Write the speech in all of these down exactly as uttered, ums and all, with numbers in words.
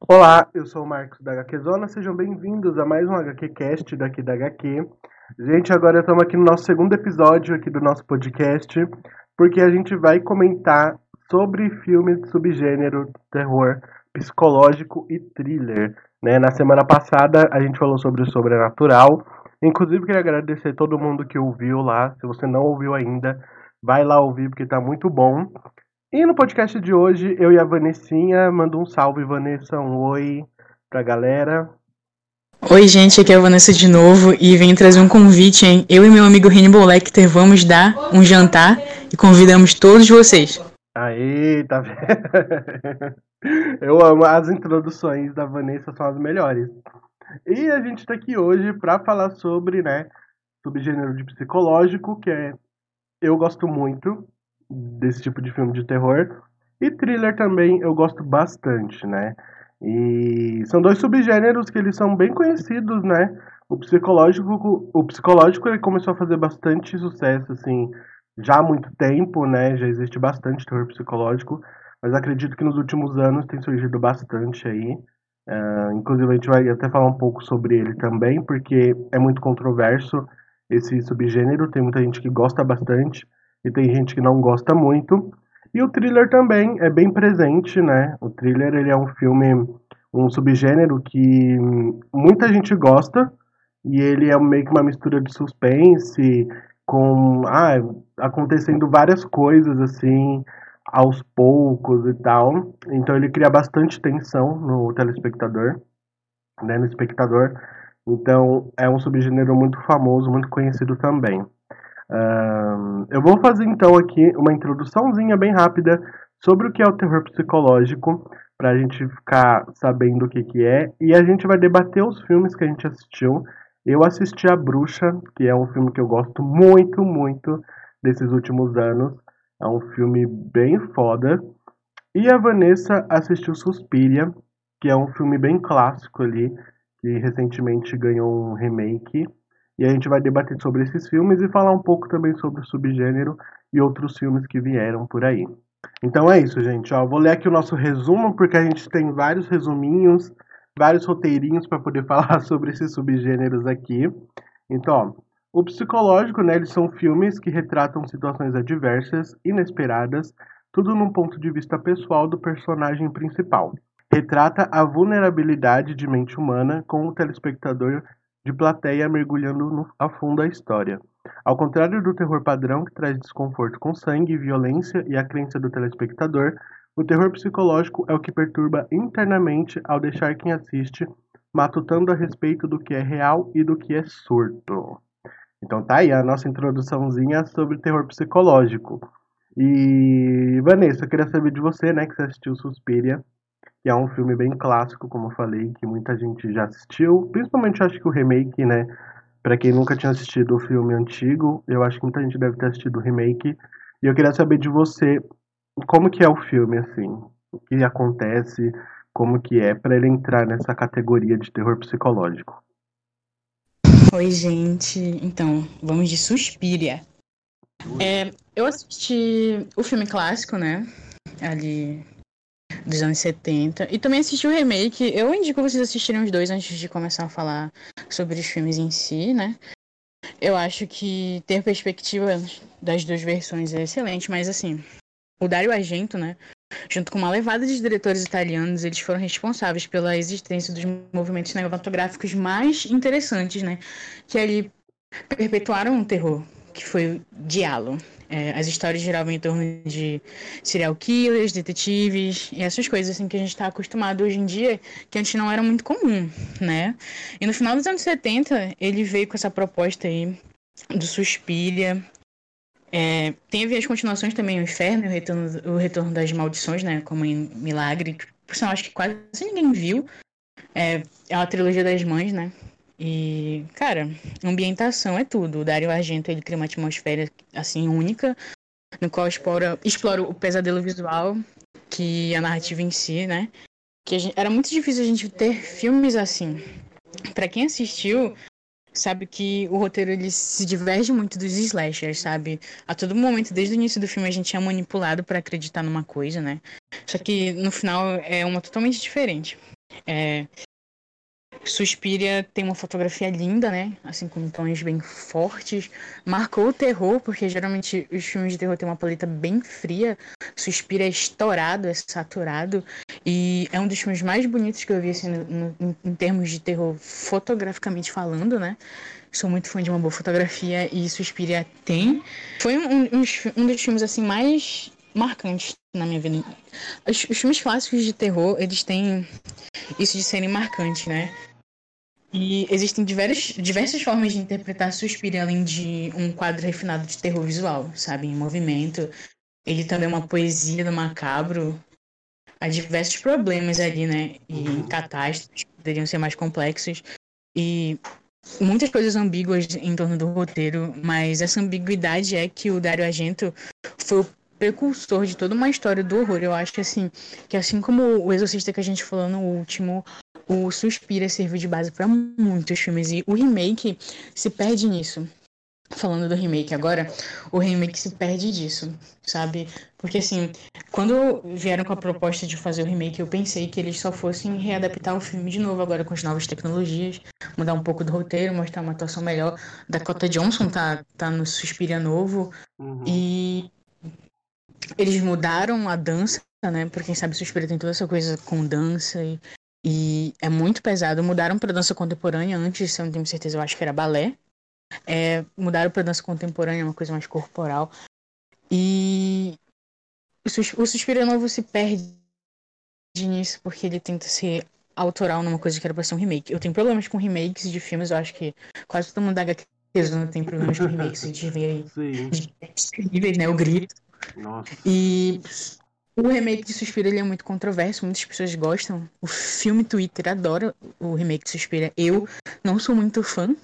Olá, eu sou o Marcos da H Q Zona, sejam bem-vindos a mais um HQcast daqui da H Q. Gente, agora estamos aqui no nosso segundo episódio aqui do nosso podcast, porque a gente vai comentar sobre filmes de subgênero terror psicológico e thriller, né? Na semana passada a gente falou sobre o sobrenatural, inclusive queria agradecer todo mundo que ouviu lá, se você não ouviu ainda, vai lá ouvir porque tá muito bom. E no podcast de hoje, eu e a Vanessinha, mando um salve, Vanessa, um oi pra galera. Oi, gente, aqui é a Vanessa de novo e venho trazer um convite, hein? Eu e meu amigo Hannibal Lecter vamos dar um jantar e convidamos todos vocês. Aê, tá vendo? Eu amo as introduções da Vanessa, são as melhores. E a gente tá aqui hoje pra falar sobre, né, subgênero de psicológico, que é eu gosto muito desse tipo de filme de terror. E thriller também eu gosto bastante, né? E são dois subgêneros que eles são bem conhecidos, né? O psicológico, o psicológico ele começou a fazer bastante sucesso, assim, já há muito tempo, né? Já existe bastante terror psicológico, mas acredito que nos últimos anos tem surgido bastante aí. Uh, inclusive a gente vai até falar um pouco sobre ele também, porque é muito controverso esse subgênero, tem muita gente que gosta bastante e tem gente que não gosta muito. E o thriller também é bem presente, né? O thriller ele é um filme, um subgênero que muita gente gosta e ele é meio que uma mistura de suspense com ah, acontecendo várias coisas assim aos poucos e tal. Então ele cria bastante tensão no telespectador, né, no espectador. Então é um subgênero muito famoso, muito conhecido também. Uh, eu vou fazer então aqui uma introduçãozinha bem rápida sobre o que é o terror psicológico, para a gente ficar sabendo o que, que é, e a gente vai debater os filmes que a gente assistiu. Eu assisti A Bruxa, que é um filme que eu gosto muito, muito desses últimos anos. É um filme bem foda. E a Vanessa assistiu Suspiria, que é um filme bem clássico ali, que recentemente ganhou um remake. E a gente vai debater sobre esses filmes e falar um pouco também sobre o subgênero e outros filmes que vieram por aí. Então é isso, gente. Ó, vou ler aqui o nosso resumo, porque a gente tem vários resuminhos, vários roteirinhos para poder falar sobre esses subgêneros aqui. Então, ó, o psicológico, né, eles são filmes que retratam situações adversas, inesperadas, tudo num ponto de vista pessoal do personagem principal. Retrata a vulnerabilidade de mente humana com o telespectador de plateia mergulhando no, a fundo a história. Ao contrário do terror padrão, que traz desconforto com sangue, violência e a crença do telespectador, o terror psicológico é o que perturba internamente ao deixar quem assiste matutando a respeito do que é real e do que é surto. Então tá aí a nossa introduçãozinha sobre terror psicológico. E Vanessa, eu queria saber de você, né, que você assistiu Suspiria, que é um filme bem clássico, como eu falei, que muita gente já assistiu, principalmente acho que o remake, né? Pra quem nunca tinha assistido o filme antigo, eu acho que muita gente deve ter assistido o remake. E eu queria saber de você, como que é o filme, assim? O que acontece, como que é, pra ele entrar nessa categoria de terror psicológico. Oi, gente. Então, vamos de Suspiria. É, eu assisti o filme clássico, né? Ali dos anos setenta. E também assisti o remake. Eu indico vocês assistirem os dois antes de começar a falar sobre os filmes em si, né? Eu acho que ter perspectiva das duas versões é excelente, mas assim, o Dario Argento, né? Junto com uma levada de diretores italianos, eles foram responsáveis pela existência dos movimentos cinematográficos mais interessantes, né? Que ali perpetuaram o terror, que foi o Giallo. É, as histórias giravam em torno de serial killers, detetives e essas coisas assim que a gente está acostumado hoje em dia, que antes não era muito comum, né? E no final dos anos setenta, ele veio com essa proposta aí do Suspiria. É, teve as continuações também, o Inferno e o Retorno, o Retorno das Maldições, né? Como em Milagre, que por sinal acho que quase ninguém viu. É, é uma trilogia das mães, né? E, cara, ambientação é tudo. O Dario Argento, ele cria uma atmosfera, assim, única, no qual explora, explora o pesadelo visual, que a narrativa em si, né? Que gente, era muito difícil a gente ter filmes assim. Pra quem assistiu, sabe que o roteiro, ele se diverge muito dos slashers, sabe? A todo momento, desde o início do filme, a gente é manipulado pra acreditar numa coisa, né? Só que, no final, é uma totalmente diferente. É, Suspiria tem uma fotografia linda, né? Assim, com tons bem fortes. Marcou o terror, porque geralmente os filmes de terror têm uma paleta bem fria. Suspiria é estourado, é saturado. E é um dos filmes mais bonitos que eu vi, assim, no, no, em termos de terror, fotograficamente falando, né? Sou muito fã de uma boa fotografia e Suspiria tem. Foi um, um, um dos filmes, assim, mais marcantes na minha vida. Os, os filmes clássicos de terror, eles têm isso de serem marcantes, né? E existem diversas, diversas formas de interpretar Suspiria, além de um quadro refinado de terror visual, sabe? Em movimento. Ele também é uma poesia do macabro. Há diversos problemas ali, né? E catástrofes que poderiam ser mais complexos. E muitas coisas ambíguas em torno do roteiro, mas essa ambiguidade é que o Dario Argento foi o precursor de toda uma história do horror. Eu acho que assim, que assim como o Exorcista que a gente falou no último, o Suspiria serviu de base para muitos filmes e o remake se perde nisso. Falando do remake agora, o remake se perde disso, sabe? Porque assim, quando vieram com a proposta de fazer o remake, eu pensei que eles só fossem readaptar o filme de novo agora com as novas tecnologias, mudar um pouco do roteiro, mostrar uma atuação melhor. Dakota Johnson tá, tá no Suspiria novo. Uhum. E eles mudaram a dança, né? Porque quem sabe Suspiria tem toda essa coisa com dança e, e é muito pesado. Mudaram pra dança contemporânea antes, se eu não tenho certeza, eu acho que era balé. É, mudaram pra dança contemporânea, uma coisa mais corporal. E o, sus- o Suspiria novo se perde nisso porque ele tenta ser autoral numa coisa que era pra ser um remake. Eu tenho problemas com remakes de filmes, eu acho que quase todo mundo da agá quê Zona tem problemas com remakes de ver Sim. terríveis, né? O Grito. Nossa. E o remake de Suspiria, ele é muito controverso, muitas pessoas gostam. O filme Twitter adora o remake de Suspiria. Eu não sou muito fã.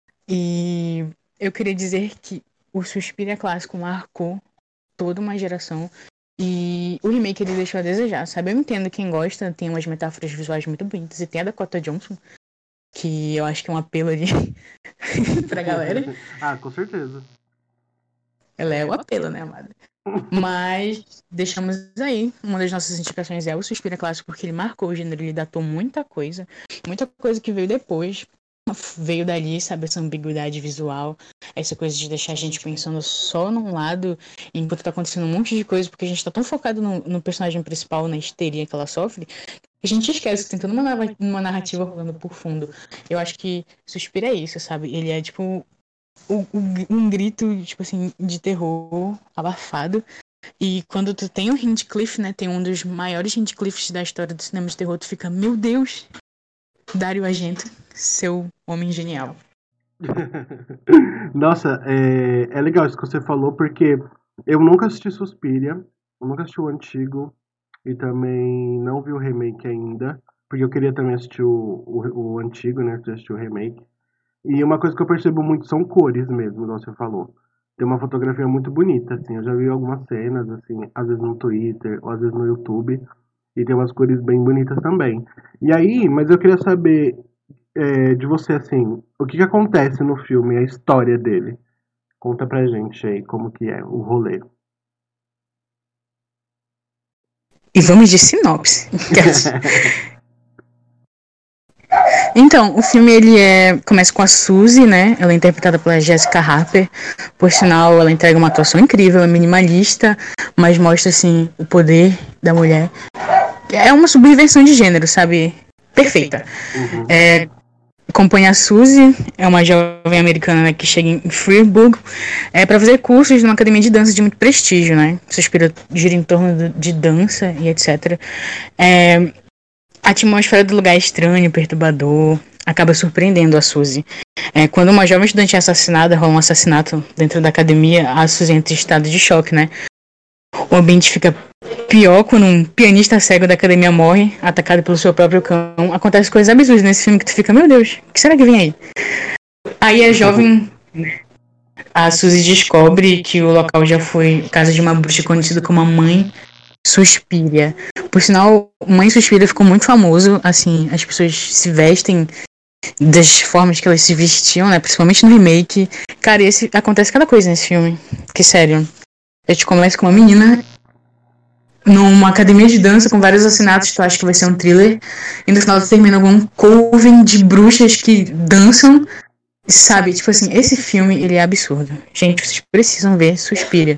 E eu queria dizer que o Suspiria clássico marcou toda uma geração. E o remake ele deixou a desejar, sabe? Eu entendo quem gosta, tem umas metáforas visuais muito bonitas. E tem a Dakota Johnson, que eu acho que é um apelo ali pra galera. Ah, com certeza. Ela é o apelo, né, amada? Mas deixamos aí. Uma das nossas indicações é o Suspiria clássico, porque ele marcou o gênero, ele datou muita coisa. Muita coisa que veio depois. Veio dali, sabe, essa ambiguidade visual, essa coisa de deixar a gente pensando só num lado, enquanto tá acontecendo um monte de coisa, porque a gente tá tão focado no, no personagem principal, na histeria que ela sofre, que a gente esquece que tem toda uma, narra- uma narrativa rolando por fundo. Eu acho que Suspira é isso, sabe? Ele é tipo o- o- um grito, tipo assim, de terror abafado. E quando tu tem o Hinchcliffe, né, tem um dos maiores Hinchcliffes da história do cinema de terror, tu fica, meu Deus, Dario Argento, seu homem genial. Nossa, é, é legal isso que você falou, porque eu nunca assisti Suspiria, eu nunca assisti o antigo e também não vi o remake ainda, porque eu queria também assistir o, o, o antigo, né, pra assistir o remake. E uma coisa que eu percebo muito são cores mesmo, igual você falou. Tem uma fotografia muito bonita, assim, eu já vi algumas cenas, assim, às vezes no Twitter ou às vezes no YouTube, e tem umas cores bem bonitas também. E aí, mas eu queria saber é, de você, assim, o que que acontece no filme, a história dele. Conta pra gente aí como que é o rolê. E vamos de sinopse. Então, o filme ele é começa com a Suzy, né? Ela é interpretada pela Jessica Harper. Por sinal, ela entrega uma atuação incrível, é minimalista, mas mostra assim o poder da mulher. É uma subversão de gênero, sabe? Perfeita. Uhum. É, acompanha a Suzy, é uma jovem americana, né, que chega em Freiburg é, para fazer cursos numa academia de dança de muito prestígio, né? Suspira gira em torno de dança e etcétera. É, a atmosfera do lugar é estranho, perturbador, acaba surpreendendo a Suzy. É, quando uma jovem estudante é assassinada, rola um assassinato dentro da academia, a Suzy entra em estado de choque, né? O ambiente fica pior quando um pianista cego da academia morre, atacado pelo seu próprio cão. Acontece coisas absurdas nesse filme que tu fica, meu Deus, o que será que vem aí? Aí a jovem, a Suzy descobre que o local já foi casa de uma bruxa conhecida como a Mãe Suspiria. Por sinal, Mãe Suspiria ficou muito famoso, assim, as pessoas se vestem das formas que elas se vestiam, né, principalmente no remake. Cara, esse, acontece cada coisa nesse filme, que sério. A gente começa com uma menina numa academia de dança com vários assassinatos, tu acha que vai ser um thriller, e no final tu termina com um coven de bruxas que dançam, sabe? Tipo assim, esse filme, ele é absurdo. Gente, vocês precisam ver Suspiria.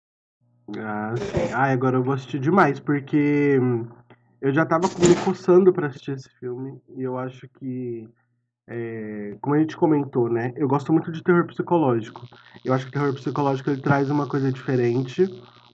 Ah, sim. Ah, agora eu vou assistir demais, porque hum, eu já tava me coçando pra assistir esse filme, e eu acho que, é, como a gente comentou, né? Eu gosto muito de terror psicológico. Eu acho que o terror psicológico ele traz uma coisa diferente.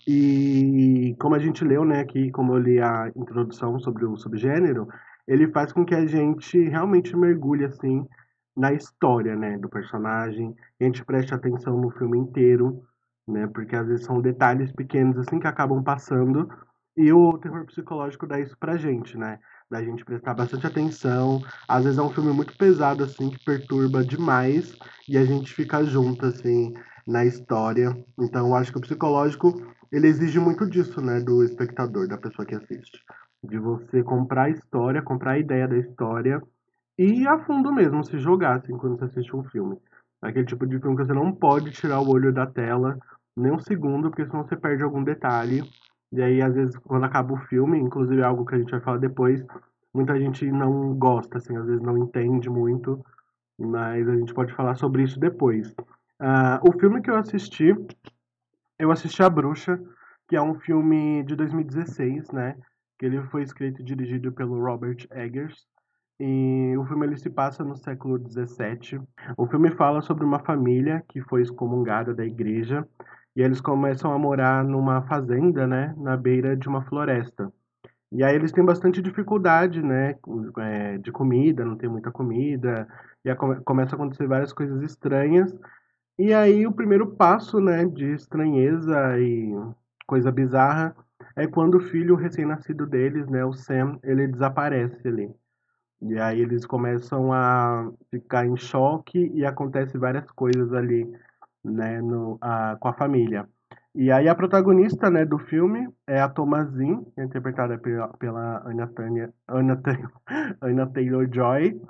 E como a gente leu, né, aqui, como eu li a introdução sobre o subgênero, ele faz com que a gente realmente mergulhe, assim, na história, né, do personagem, e a gente preste atenção no filme inteiro, né, porque às vezes são detalhes pequenos, assim, que acabam passando, e o terror psicológico dá isso pra gente, né, da gente prestar bastante atenção. Às vezes é um filme muito pesado, assim, que perturba demais, e a gente fica junto, assim, na história. Então, eu acho que o psicológico ele exige muito disso, né, do espectador, da pessoa que assiste. De você comprar a história, comprar a ideia da história e ir a fundo mesmo, se jogar, assim, quando você assiste um filme. Aquele tipo de filme que você não pode tirar o olho da tela nem um segundo, porque senão você perde algum detalhe. E aí, às vezes, quando acaba o filme, inclusive é algo que a gente vai falar depois, muita gente não gosta, assim, às vezes não entende muito, mas a gente pode falar sobre isso depois. Ah, o filme que eu assisti eu assisti A Bruxa, que é um filme de dois mil e dezesseis, né? Que ele foi escrito e dirigido pelo Robert Eggers. E o filme ele se passa no século dezessete. O filme fala sobre uma família que foi excomungada da igreja e eles começam a morar numa fazenda, né, na beira de uma floresta. E aí eles têm bastante dificuldade, né, com- é, de comida, não tem muita comida, e aí come- começa a acontecer várias coisas estranhas. E aí o primeiro passo, né, de estranheza e coisa bizarra é quando o filho recém-nascido deles, né, o Sam, ele desaparece ali. E aí eles começam a ficar em choque e acontece várias coisas ali, né, no, a, com a família. E aí a protagonista, né, do filme é a Thomasin, que é interpretada pela, pela Anya, Tanya, Anya, Taylor- Anya Taylor-Joy.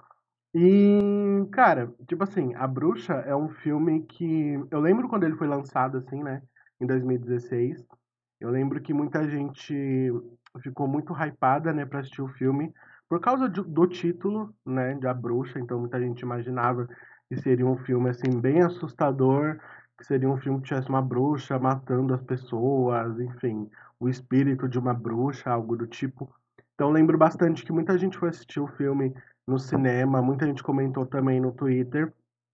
E, cara, tipo assim, A Bruxa é um filme que eu lembro quando ele foi lançado, assim, né, em dois mil e dezesseis. Eu lembro que muita gente ficou muito hypada, né, pra assistir o filme por causa de- do título, né, de A Bruxa. Então, muita gente imaginava que seria um filme, assim, bem assustador, que seria um filme que tivesse uma bruxa matando as pessoas, enfim, o espírito de uma bruxa, algo do tipo. Então, eu lembro bastante que muita gente foi assistir o filme no cinema, muita gente comentou também no Twitter.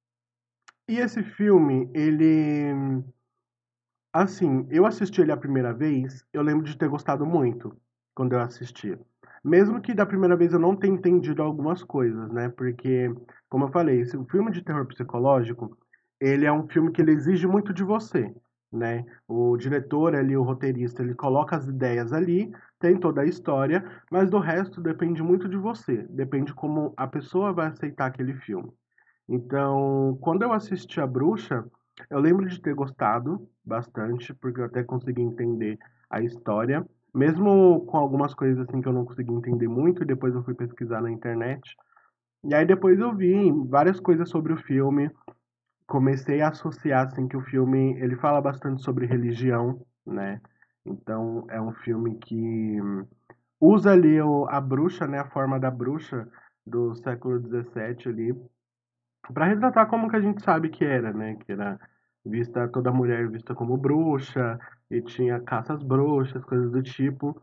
E esse filme, ele. Assim, eu assisti ele a primeira vez, eu lembro de ter gostado muito quando eu assisti. Mesmo que da primeira vez eu não tenha entendido algumas coisas, né? Porque, como eu falei, esse, o filme de terror psicológico, ele é um filme que ele exige muito de você, né? O diretor ali, o roteirista, ele coloca as ideias ali, tem toda a história, mas do resto depende muito de você, depende como a pessoa vai aceitar aquele filme. Então, quando eu assisti A Bruxa, eu lembro de ter gostado bastante, porque eu até consegui entender a história, mesmo com algumas coisas assim que eu não consegui entender muito, e depois eu fui pesquisar na internet. E aí depois eu vi várias coisas sobre o filme, comecei a associar assim que o filme, ele fala bastante sobre religião, né? Então, é um filme que usa ali o, a bruxa, né, a forma da bruxa do século dezessete ali, para retratar como que a gente sabe que era, né? Que era vista toda mulher vista como bruxa e tinha caças bruxas, coisas do tipo.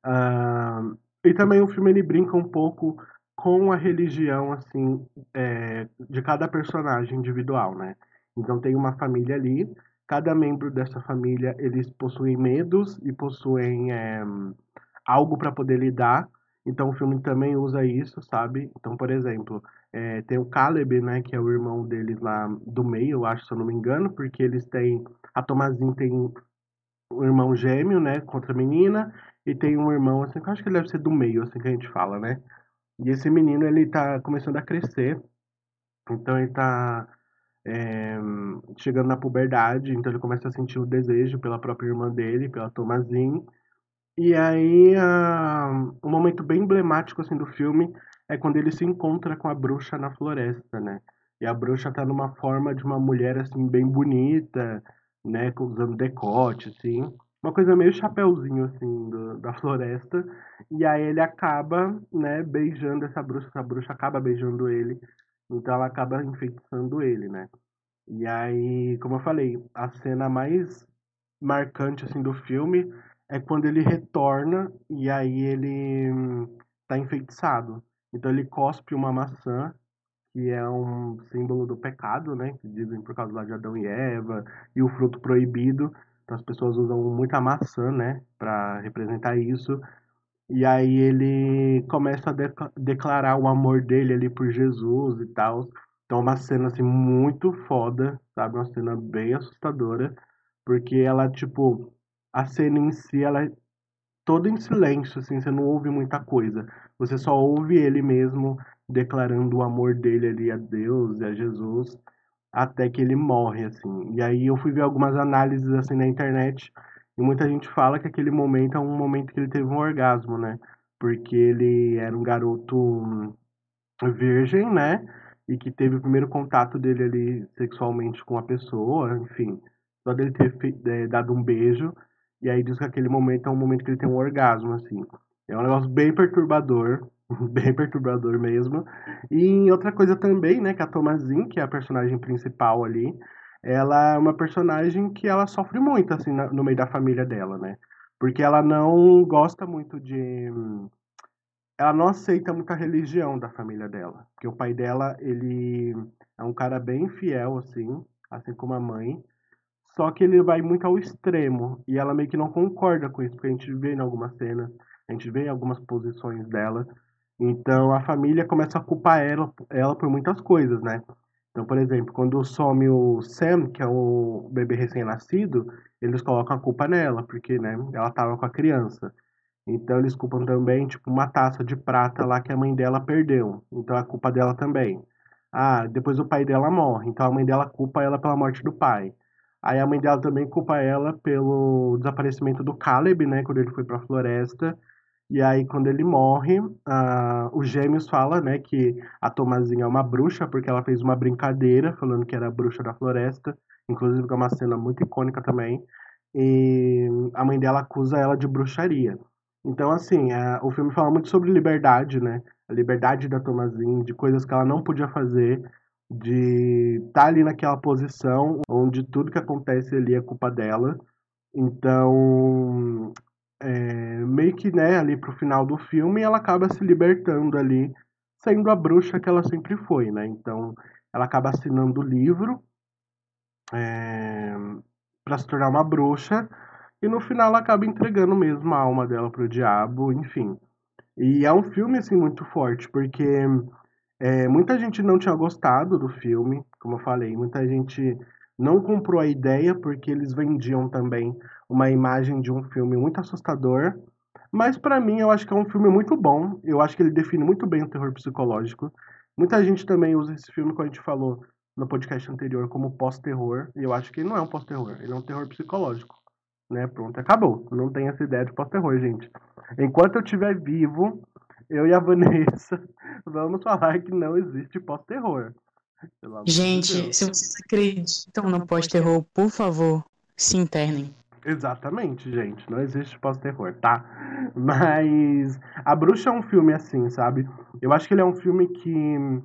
Ah, e também o filme ele brinca um pouco com a religião assim é, de cada personagem individual, né? Então tem uma família ali, cada membro dessa família eles possuem medos e possuem é, algo para poder lidar. Então o filme também usa isso, sabe? Então, por exemplo, é, tem o Caleb, né, que é o irmão deles lá do meio, eu acho, se eu não me engano, porque eles têm. A Tomazin tem um irmão gêmeo, né, com outra menina, e tem um irmão, assim, que eu acho que ele deve ser do meio, assim que a gente fala, né? E esse menino, ele tá começando a crescer, então ele tá é, chegando na puberdade, então ele começa a sentir o desejo pela própria irmã dele, pela Tomazin. E aí, ah, um momento bem emblemático assim do filme é quando ele se encontra com a bruxa na floresta, né? E a bruxa tá numa forma de uma mulher assim bem bonita, né, com- usando decote assim. uma coisa meio chapeuzinho, assim, do- da floresta. E aí ele acaba, né, beijando essa bruxa, essa bruxa acaba beijando ele. Então ela acaba enfeitiçando ele, né? E aí, como eu falei, a cena mais marcante, assim, do filme é quando ele retorna e aí ele hum, tá enfeitiçado. Então ele cospe uma maçã, que é um símbolo do pecado, né? Que dizem por causa lá de Adão e Eva, e o fruto proibido. Então as pessoas usam muita maçã, né? Pra representar isso. E aí ele começa a deca- declarar o amor dele ali por Jesus e tal. Então é uma cena assim muito foda, sabe? Uma cena bem assustadora, porque ela tipo a cena em si ela é toda em silêncio, assim, você não ouve muita coisa. Você só ouve ele mesmo declarando o amor dele ali a Deus e a Jesus até que ele morre, assim. E aí eu fui ver algumas análises assim na internet e muita gente fala que aquele momento é um momento que ele teve um orgasmo, né? Porque ele era um garoto hum, virgem, né? E que teve o primeiro contato dele ali sexualmente com a pessoa, enfim. Só dele ter fe- eh, dado um beijo. E aí diz que aquele momento é um momento que ele tem um orgasmo, assim. É um negócio bem perturbador, bem perturbador mesmo. E outra coisa também, né, que a Thomasin, que é a personagem principal ali, ela é uma personagem que ela sofre muito, assim, na- no meio da família dela, né? Porque ela não gosta muito de ela não aceita muito a religião da família dela, porque o pai dela, ele é um cara bem fiel, assim, assim como a mãe, só que ele vai muito ao extremo, e ela meio que não concorda com isso, porque a gente vê em algumas cenas, a gente vê em algumas posições dela, então a família começa a culpar ela, ela por muitas coisas, né? Então, por exemplo, quando some o Sam, que é o bebê recém-nascido, eles colocam a culpa nela, porque, né, ela tava com a criança. Então eles culpam também, tipo, uma taça de prata lá que a mãe dela perdeu. Então é culpa dela também. Ah, depois o pai dela morre. Então a mãe dela culpa ela pela morte do pai. Aí a mãe dela também culpa ela pelo desaparecimento do Caleb, né? Quando ele foi pra floresta. E aí, quando ele morre, ah, os gêmeos falam, né, que a Tomazinha é uma bruxa, porque ela fez uma brincadeira falando que era a bruxa da floresta. Inclusive, é uma cena muito icônica também. E a mãe dela acusa ela de bruxaria. Então, assim, a- o filme fala muito sobre liberdade, né? A liberdade da Thomasin, de coisas que ela não podia fazer, de estar ali naquela posição onde tudo que acontece ali é culpa dela. Então, é, meio que, né, ali pro final do filme, ela acaba se libertando ali, sendo a bruxa que ela sempre foi, né? Então, ela acaba assinando o livro, é, para se tornar uma bruxa, e no final ela acaba entregando mesmo a alma dela pro diabo, enfim. E é um filme, assim, muito forte, porque é, muita gente não tinha gostado do filme, como eu falei, muita gente não comprou a ideia porque eles vendiam também uma imagem de um filme muito assustador. Mas pra mim eu acho que é um filme muito bom. Eu acho que ele define muito bem o terror psicológico. Muita gente também usa esse filme, como a gente falou no podcast anterior, como pós-terror. E eu acho que ele não é um pós-terror, ele é um terror psicológico. Né? Pronto, acabou. Não tem essa ideia de pós-terror, gente. Enquanto eu estiver vivo, eu e a Vanessa vamos falar que não existe pós-terror. Pelo amor de Gente, Deus. se vocês acreditam no pós-terror, por favor, se internem. Exatamente, gente. Não existe pós-terror, tá? Mas A Bruxa é um filme assim, sabe? Eu acho que ele é um filme que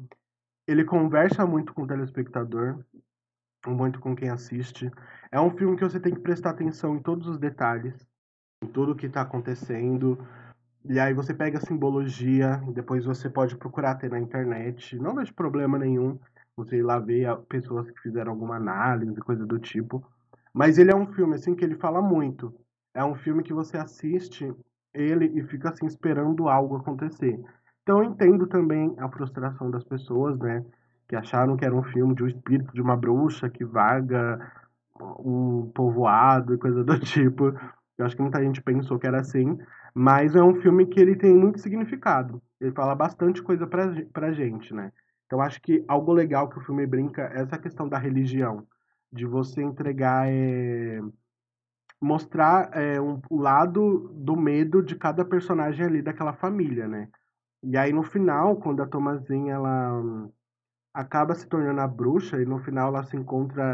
ele conversa muito com o telespectador, muito com quem assiste. É um filme que você tem que prestar atenção em todos os detalhes, em tudo que tá acontecendo. E aí você pega a simbologia, depois você pode procurar ter na internet. Não vejo problema nenhum você ir lá ver a- pessoas que fizeram alguma análise, coisa do tipo. Mas ele é um filme, assim, que ele fala muito. É um filme que você assiste ele e fica, assim, esperando algo acontecer. Então eu entendo também a frustração das pessoas, né? Que acharam que era um filme de um espírito de uma bruxa que vaga um povoado e coisa do tipo. Eu acho que muita gente pensou que era assim, mas é um filme que ele tem muito significado. Ele fala bastante coisa pra, ge- pra gente, né? Então acho que algo legal que o filme brinca é essa questão da religião, de você entregar, é, mostrar é, um, o lado do medo de cada personagem ali daquela família, né? E aí no final, quando a Tomazinha ela acaba se tornando a bruxa e no final ela se encontra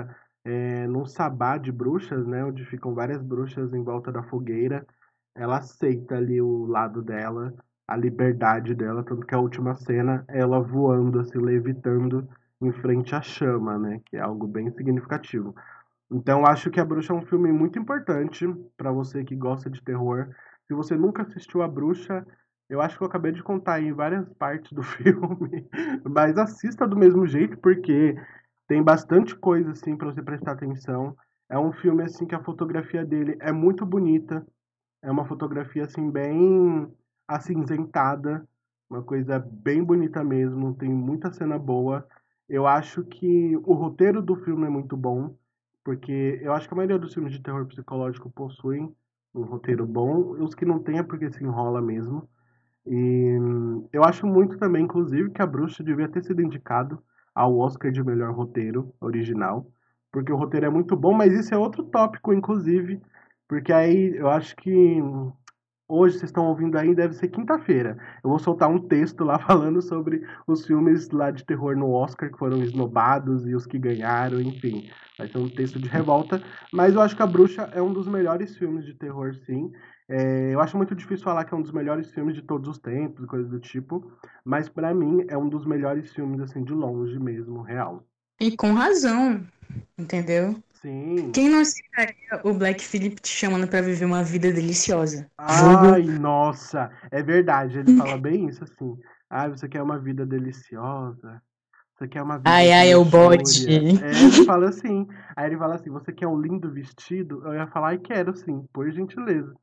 é, num sabá de bruxas, né? Onde ficam várias bruxas em volta da fogueira. Ela aceita ali o lado dela, a liberdade dela, tanto que a última cena é ela voando, assim, levitando em frente à chama, né? Que é algo bem significativo. Então, acho que A Bruxa é um filme muito importante pra você que gosta de terror. Se você nunca assistiu A Bruxa, eu acho que eu acabei de contar aí várias partes do filme, mas assista do mesmo jeito, porque tem bastante coisa assim pra você prestar atenção. É um filme assim que a fotografia dele é muito bonita, é uma fotografia assim bem acinzentada, uma coisa bem bonita mesmo, tem muita cena boa. Eu acho que o roteiro do filme é muito bom, porque eu acho que a maioria dos filmes de terror psicológico possuem um roteiro bom, e os que não tem é porque se enrola mesmo. E hum, eu acho muito também, inclusive, que A Bruxa devia ter sido indicado ao Oscar de melhor roteiro original, porque o roteiro é muito bom, mas isso é outro tópico, inclusive, porque aí eu acho que hum, hoje vocês estão ouvindo aí, deve ser quinta-feira. Eu vou soltar um texto lá falando sobre os filmes lá de terror no Oscar que foram esnobados e os que ganharam, enfim. Vai ser um texto de revolta, mas eu acho que A Bruxa é um dos melhores filmes de terror, sim. É, eu acho muito difícil falar que é um dos melhores filmes de todos os tempos, coisas do tipo, mas pra mim é um dos melhores filmes, assim, de longe mesmo, real. E com razão, entendeu? Sim. Quem não aceitaria o Black Phillip te chamando pra viver uma vida deliciosa? Vulgo. Ai, nossa, é verdade, ele fala bem isso assim. Ah, você quer uma vida deliciosa? Você quer uma vida Ai, de ai, é o luxúria? bode. É, ele fala assim. Aí ele fala assim: você quer um lindo vestido? Eu ia falar: ai, quero sim, por gentileza.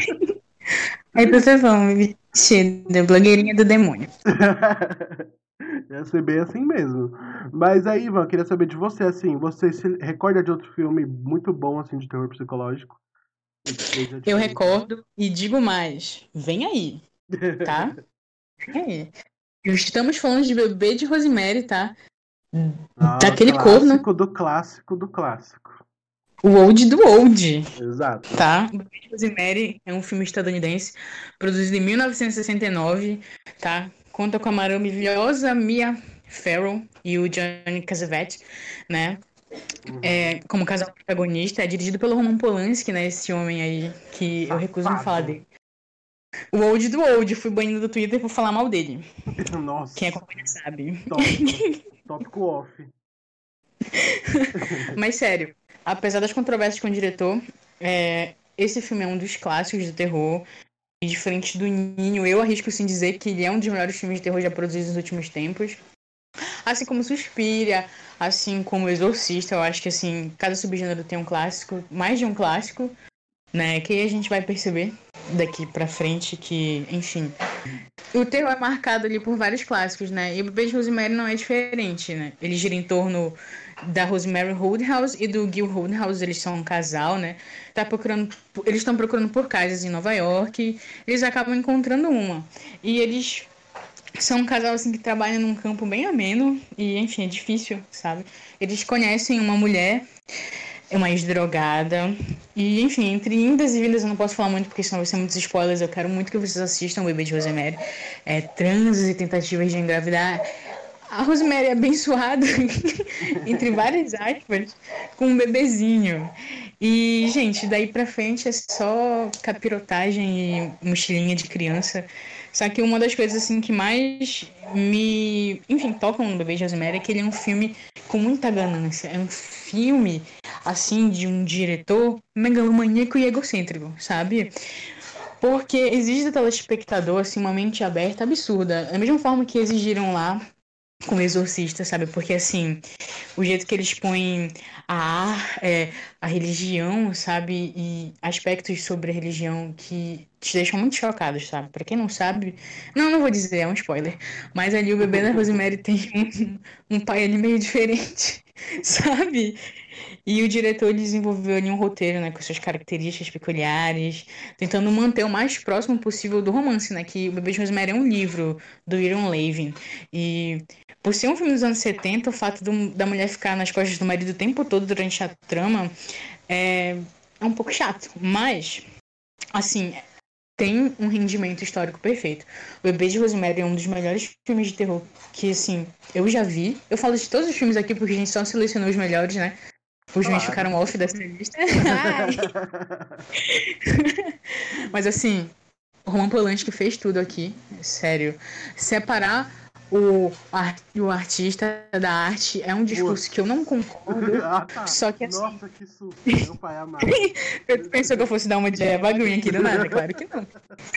Aí você vão me vestir de blogueirinha do demônio. Ia ser bem assim mesmo. Mas aí, Ivan, eu queria saber de você, assim, você se recorda de outro filme muito bom, assim, de terror psicológico? E que seja Eu diferenciado? recordo e digo mais. Vem aí, tá? Vem aí. Estamos falando de Bebê de Rosemary, tá? Ah, Daquele corno, clássico do clássico do clássico. o old do old, Exato. tá? Bebê de Rosemary é um filme estadunidense produzido em mil novecentos e sessenta e nove, tá? Conta com a maravilhosa Mia Farrow e o Johnny Cassavetes, né? Uhum. É, como casal protagonista, é dirigido pelo Roman Polanski, né? Esse homem aí que eu recuso me falar Safado. dele. O old do old, fui banido do Twitter por falar mal dele. Quem Nossa, acompanha sabe. tópico. Tópico off. Mas sério, apesar das controvérsias com o diretor, é, esse filme é um dos clássicos do terror. E diferente do Ninho, eu arrisco sim dizer que ele é um dos melhores filmes de terror já produzidos nos últimos tempos. Assim como Suspiria, assim como Exorcista, eu acho que assim, cada subgênero tem um clássico, mais de um clássico, né? Que a gente vai perceber daqui pra frente que, enfim. O terror é marcado ali por vários clássicos, né? E o Bebê de Rosemary não é diferente, né? Ele gira em torno da Rosemary Holdhouse e do Gil Holdhouse, eles são um casal, né? Tá procurando, eles estão procurando por casas em Nova York, eles acabam encontrando uma. E eles são um casal assim que trabalha num campo bem ameno e, enfim, é difícil, sabe? Eles conhecem uma mulher, é uma ex-drogada. E, enfim, entre indas e vindas eu não posso falar muito porque senão vai ser muitos spoilers. Eu quero muito que vocês assistam o Bebê de Rosemary. É, transes e tentativas de engravidar. A Rosemary é abençoada, entre várias aspas, com um bebezinho. E, gente, daí pra frente é só capirotagem e mochilinha de criança. Só que uma das coisas, assim, que mais me, enfim, tocam no Bebê de Rosemary é que ele é um filme com muita ganância. É um filme, assim, de um diretor megalomaníaco e egocêntrico, sabe? Porque exige do telespectador, assim, uma mente aberta absurda. Da mesma forma que exigiram lá com o Exorcista, sabe? Porque, assim, o jeito que eles põem a, é, a religião, sabe? E aspectos sobre a religião que te deixam muito chocados, sabe? Pra quem não sabe... Não, não vou dizer, é um spoiler. Mas ali o bebê da Rosemary tem um, um pai ali meio diferente, sabe? E o diretor desenvolveu ali um roteiro, né, com suas características peculiares, tentando manter o mais próximo possível do romance, né, que o Bebê de Rosemary é um livro do Aaron Levin. E por ser um filme dos anos setenta, o fato do, da mulher ficar nas costas do marido o tempo todo durante a trama é, é um pouco chato, mas, assim, tem um rendimento histórico perfeito. O Bebê de Rosemary é um dos melhores filmes de terror que, assim, eu já vi. Eu falo de todos os filmes aqui porque a gente só selecionou os melhores, né? Os meus Claro. ficaram off dessa lista. Mas assim, o Roman Polanski fez tudo aqui, sério. Separar o, ar- o artista da arte é um discurso que eu não concordo. Ah, tá. Só que assim, Nossa, que susto, meu pai amado. eu pensou que eu fosse dar uma de Baguinha aqui do nada? Claro que não.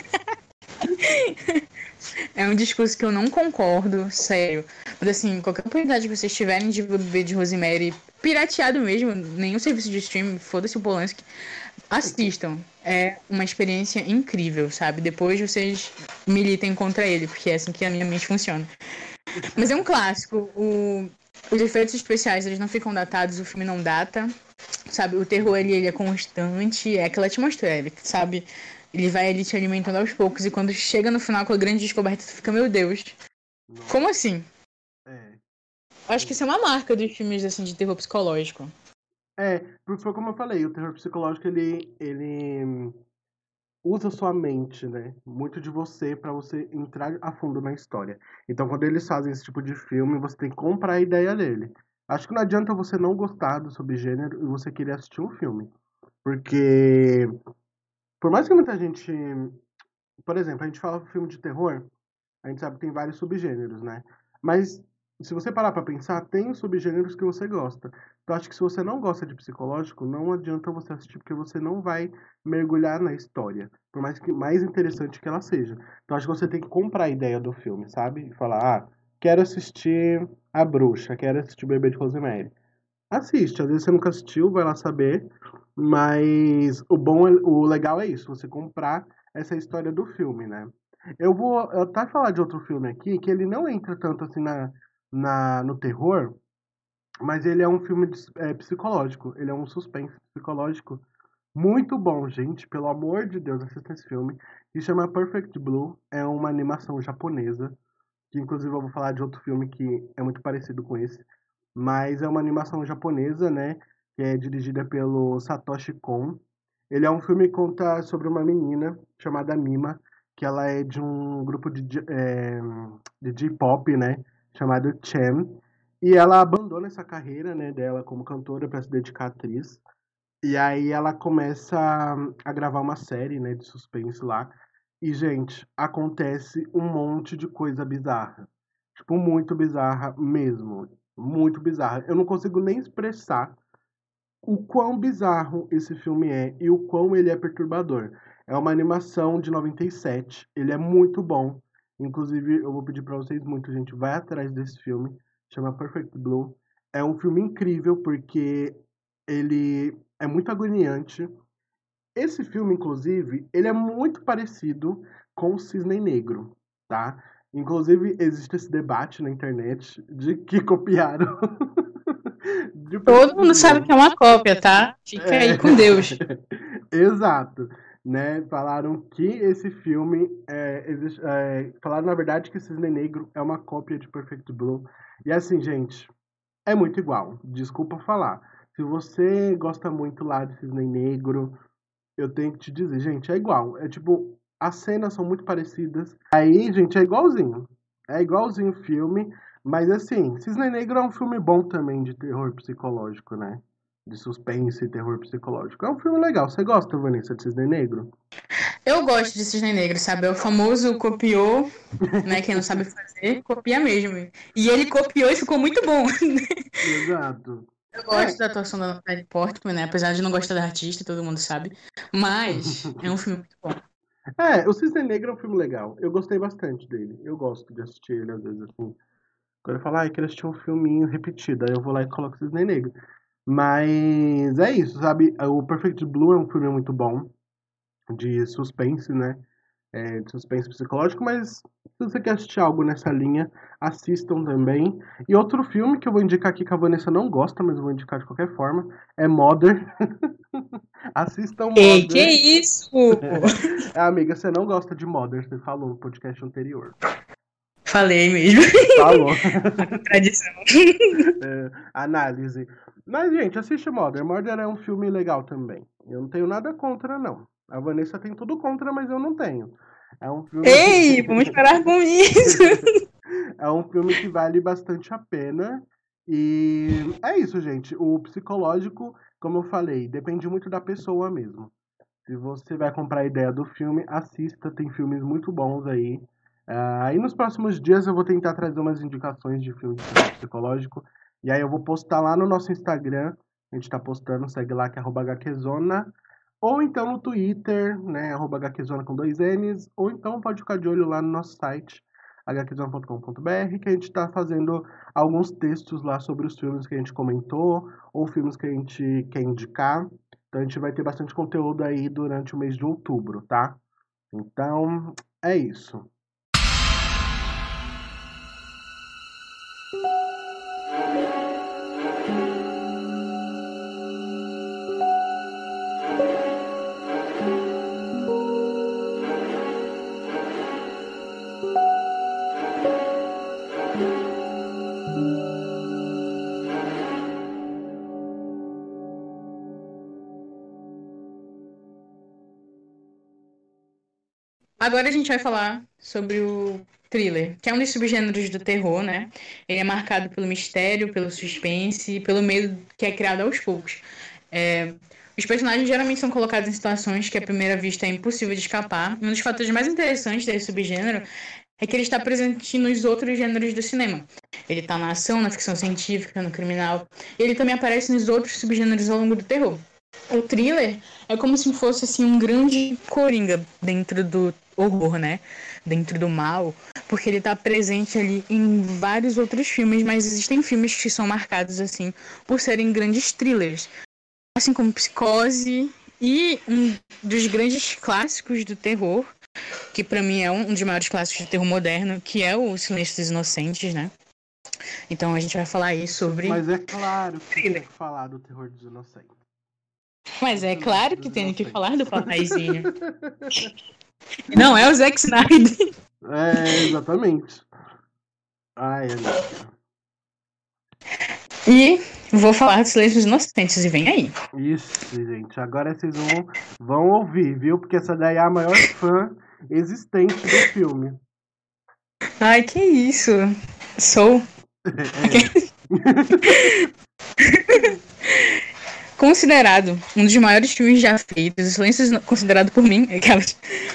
É um discurso que eu não concordo, sério. Mas assim, qualquer oportunidade que vocês tiverem de ver de Rosemary pirateado mesmo, nenhum serviço de streaming, foda-se o Polanski, assistam. É uma experiência incrível, sabe? Depois vocês militem contra ele, porque é assim que a minha mente funciona. Mas é um clássico. O... Os efeitos especiais, eles não ficam datados, o filme não data, sabe? O terror, ele, ele é constante, é aquela atmosfera, sabe? Ele vai ali te alimentando aos poucos, e quando chega no final com a grande descoberta, tu fica, meu Deus, Nossa, como assim? é. Acho que isso é uma marca dos filmes, assim, de terror psicológico. É, porque foi como eu falei, o terror psicológico, ele, ele usa sua mente, né? Muito de você pra você entrar a fundo na história. Então, quando eles fazem esse tipo de filme, você tem que comprar a ideia dele. Acho que não adianta você não gostar do subgênero e você querer assistir um filme. Porque, por mais que muita gente... Por exemplo, a gente fala filme de terror, a gente sabe que tem vários subgêneros, né? Mas, se você parar pra pensar, tem os subgêneros que você gosta. Então, acho que se você não gosta de psicológico, não adianta você assistir, porque você não vai mergulhar na história. Por mais que mais interessante que ela seja. Então, acho que você tem que comprar a ideia do filme, sabe? E falar, ah, quero assistir A Bruxa, quero assistir O Bebê de Rosemary. Assiste, às vezes você nunca assistiu, vai lá saber. Mas o bom, é- o legal é isso, você comprar essa história do filme, né? Eu vou até falar de outro filme aqui, que ele não entra tanto assim na, na, no terror, mas ele é um filme de- é, psicológico. Ele é um suspense psicológico muito bom, gente. Pelo amor de Deus, assista esse filme. Que chama Perfect Blue. É uma animação japonesa. Que inclusive eu vou falar de outro filme que é muito parecido com esse. Mas é uma animação japonesa, né? Que é dirigida pelo Satoshi Kon. Ele é um filme que conta sobre uma menina chamada Mima, que ela é de um grupo de, J- é, de J-pop, né? Chamado Chem. E ela abandona essa carreira, né, dela como cantora para se dedicar à atriz. E aí ela começa a gravar uma série, né, de suspense lá. E, gente, acontece um monte de coisa bizarra. Tipo, muito bizarra mesmo. Muito bizarra. Eu não consigo nem expressar o quão bizarro esse filme é e o quão ele é perturbador. É uma animação de noventa e sete. Ele é muito bom. Inclusive, eu vou pedir pra vocês muito, gente, vai atrás desse filme. Chama Perfect Blue. É um filme incrível porque ele é muito agoniante. Esse filme, inclusive, ele é muito parecido com o Cisne Negro, tá? Inclusive, existe esse debate na internet de que copiaram de Todo Perfect mundo sabe Blue. que é uma cópia, tá? Fica É, aí com Deus. exato, né? Falaram que esse filme é, existe, é, falaram na verdade que Cisne Negro é uma cópia de Perfect Blue. E assim, gente, é muito igual. Desculpa falar. Se você gosta muito lá de Cisne Negro, eu tenho que te dizer, gente, é igual. É tipo, as cenas são muito parecidas. Aí, gente, é igualzinho. É igualzinho o filme. Mas assim, Cisne Negro é um filme bom também de terror psicológico, né? De suspense e terror psicológico. É um filme legal. Você gosta, Vanessa, de Cisne Negro? Eu gosto de Cisne Negro, sabe? É o famoso copiou, né? Quem não sabe fazer, copia mesmo. E ele copiou e ficou muito bom. Exato. Eu É. gosto da atuação da Natalie Portman, né? Apesar de não gostar da artista, todo mundo sabe. Mas é um filme muito bom. É, o Cisne Negro é um filme legal. Eu gostei bastante dele. Eu gosto de assistir ele, às vezes, assim. Quando eu falo, ah, eu quero assistir um filminho repetido, aí eu vou lá e coloco o Cisne Negro. Mas é isso, sabe? O Perfect Blue é um filme muito bom, de suspense, né? É, de suspense psicológico, mas se você quer assistir algo nessa linha, assistam também. E outro filme que eu vou indicar aqui que a Vanessa não gosta, mas eu vou indicar de qualquer forma, é Mother. Assistam Ei, que Mother. isso? É, amiga, você não gosta de Mother, você falou no podcast anterior. Falei mesmo. Falou. A contradição. É, análise. Mas, gente, assiste Mother. Mother é um filme legal também. Eu não tenho nada contra, não. A Vanessa tem tudo contra, mas eu não tenho. É um filme. Ei, vamos parar com isso. É um filme que vale bastante a pena. E é isso, gente. O psicológico, como eu falei, depende muito da pessoa mesmo. Se você vai comprar a ideia do filme, assista, tem filmes muito bons aí. Ah, aí nos próximos dias eu vou tentar trazer umas indicações de filme de terror psicológico. E aí eu vou postar lá no nosso Instagram. A gente tá postando, segue lá que é arroba hqzona. Ou então no Twitter, né, arroba hqzona com dois N's. Ou então pode ficar de olho lá no nosso site, h q zona ponto com ponto b r, que a gente está fazendo alguns textos lá sobre os filmes que a gente comentou, ou filmes que a gente quer indicar. Então a gente vai ter bastante conteúdo aí durante o mês de outubro, tá? Então, é isso. Agora a gente vai falar sobre o thriller, que é um dos subgêneros do terror, né? Ele é marcado pelo mistério, pelo suspense e pelo medo que é criado aos poucos. É, os personagens geralmente são colocados em situações que à primeira vista é impossível de escapar. E um dos fatores mais interessantes desse subgênero é que ele está presente nos outros gêneros do cinema. Ele está na ação, na ficção científica, no criminal. E ele também aparece nos outros subgêneros ao longo do terror. O thriller é como se fosse assim um grande coringa dentro do horror, né? Dentro do mal, porque ele tá presente ali em vários outros filmes, mas existem filmes que são marcados assim por serem grandes thrillers, assim como Psicose e um dos grandes clássicos do terror, que pra mim é um dos maiores clássicos do terror moderno, que é o Silêncio dos Inocentes, né? Então a gente vai falar aí sobre. Mas é claro que tem que falar do Terror dos Inocentes. Mas é claro que tem que falar do papaizinho. Não é o Zack Snyder. É, exatamente. Ai, Alicia. E vou falar dos Silêncios Inocentes, e vem aí. Isso, gente. Agora vocês vão, vão ouvir, viu? Porque essa daí é a maior fã existente do filme. Ai, que isso. Sou. É. Considerado um dos maiores filmes já feitos, o Silêncio considerado por mim, aquelas...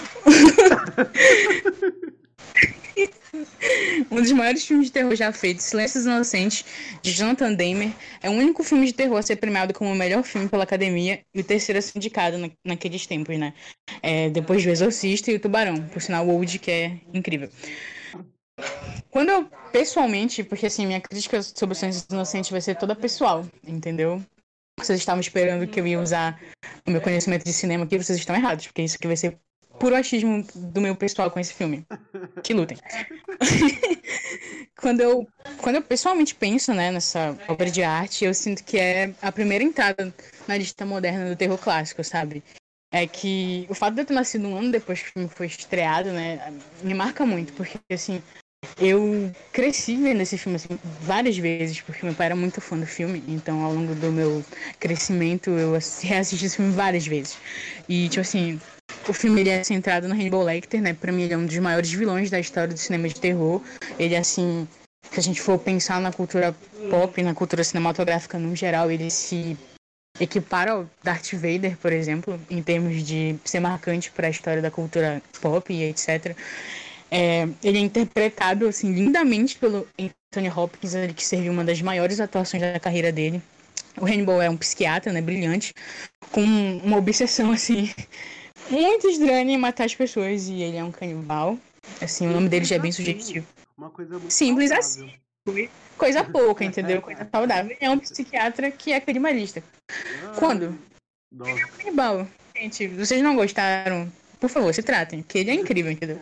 um dos maiores filmes de terror já feitos, Silêncios Inocentes, de Jonathan Demme, é o único filme de terror a ser premiado como o melhor filme pela Academia e o terceiro a ser indicado na, naqueles tempos, né? É, depois do Exorcista e o Tubarão, por sinal o Old, que é incrível. Quando eu, pessoalmente, porque assim, minha crítica sobre o Silêncios Inocentes vai ser toda pessoal, entendeu? Vocês estavam esperando que eu ia usar o meu conhecimento de cinema aqui, vocês estão errados, porque isso aqui vai ser puro achismo do meu pessoal com esse filme. Que lutem. quando, eu, quando eu pessoalmente penso, né, nessa obra de arte, eu sinto que é a primeira entrada na lista moderna do terror clássico, sabe? É que o fato de eu ter nascido um ano depois que o filme foi estreado, né, me marca muito, porque, assim, eu cresci vendo esse filme assim, várias vezes, porque meu pai era muito fã do filme, então ao longo do meu crescimento eu reassisti esse filme várias vezes. E, tipo assim, o filme ele é centrado no Hannibal Lecter, né? Pra mim ele é um dos maiores vilões da história do cinema de terror. Ele, assim, se a gente for pensar na cultura pop, na cultura cinematográfica no geral, ele se equipara ao Darth Vader, por exemplo, em termos de ser marcante para a história da cultura pop e etcétera. É, ele é interpretado assim, lindamente pelo Anthony Hopkins, que serviu uma das maiores atuações da carreira dele. O Hannibal é um psiquiatra, né, brilhante, com uma obsessão assim, muito estranha em matar as pessoas, e ele é um canibal. Assim, o nome dele já é bem sugestivo. Uma coisa muito Simples saudável. assim. Coisa pouca, entendeu? Coisa saudável. Ele é um psiquiatra que é canibalista. Quando? Nossa. Ele é um canibal. Gente, vocês não gostaram? Por favor, se tratem, que ele é incrível, entendeu?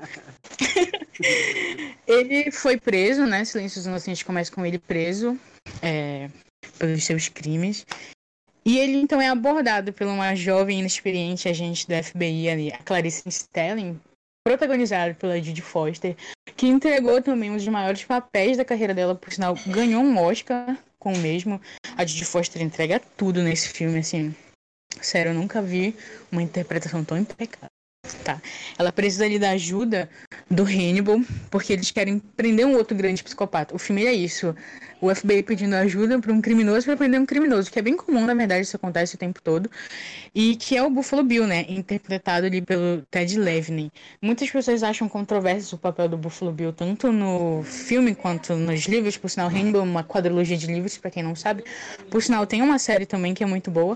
Ele foi preso, né? Silêncios Inocentes começa com ele preso é, pelos seus crimes. E ele, então, é abordado por uma jovem inexperiente agente do F B I ali, a Clarice Starling, protagonizada pela Jodie Foster, que entregou também um dos maiores papéis da carreira dela, por sinal, ganhou um Oscar com o mesmo. A Jodie Foster entrega tudo nesse filme, assim. Sério, eu nunca vi uma interpretação tão impecável. Tá. Ela precisa ali da ajuda do Hannibal, porque eles querem prender um outro grande psicopata. O filme é isso. O F B I pedindo ajuda para um criminoso para prender um criminoso, que é bem comum, na verdade, isso acontece o tempo todo. E que é o Buffalo Bill, né? Interpretado ali pelo Ted Levine. Muitas pessoas acham controverso o papel do Buffalo Bill, tanto no filme quanto nos livros. Por sinal, Hannibal é uma quadrilogia de livros, para quem não sabe. Por sinal, tem uma série também que é muito boa.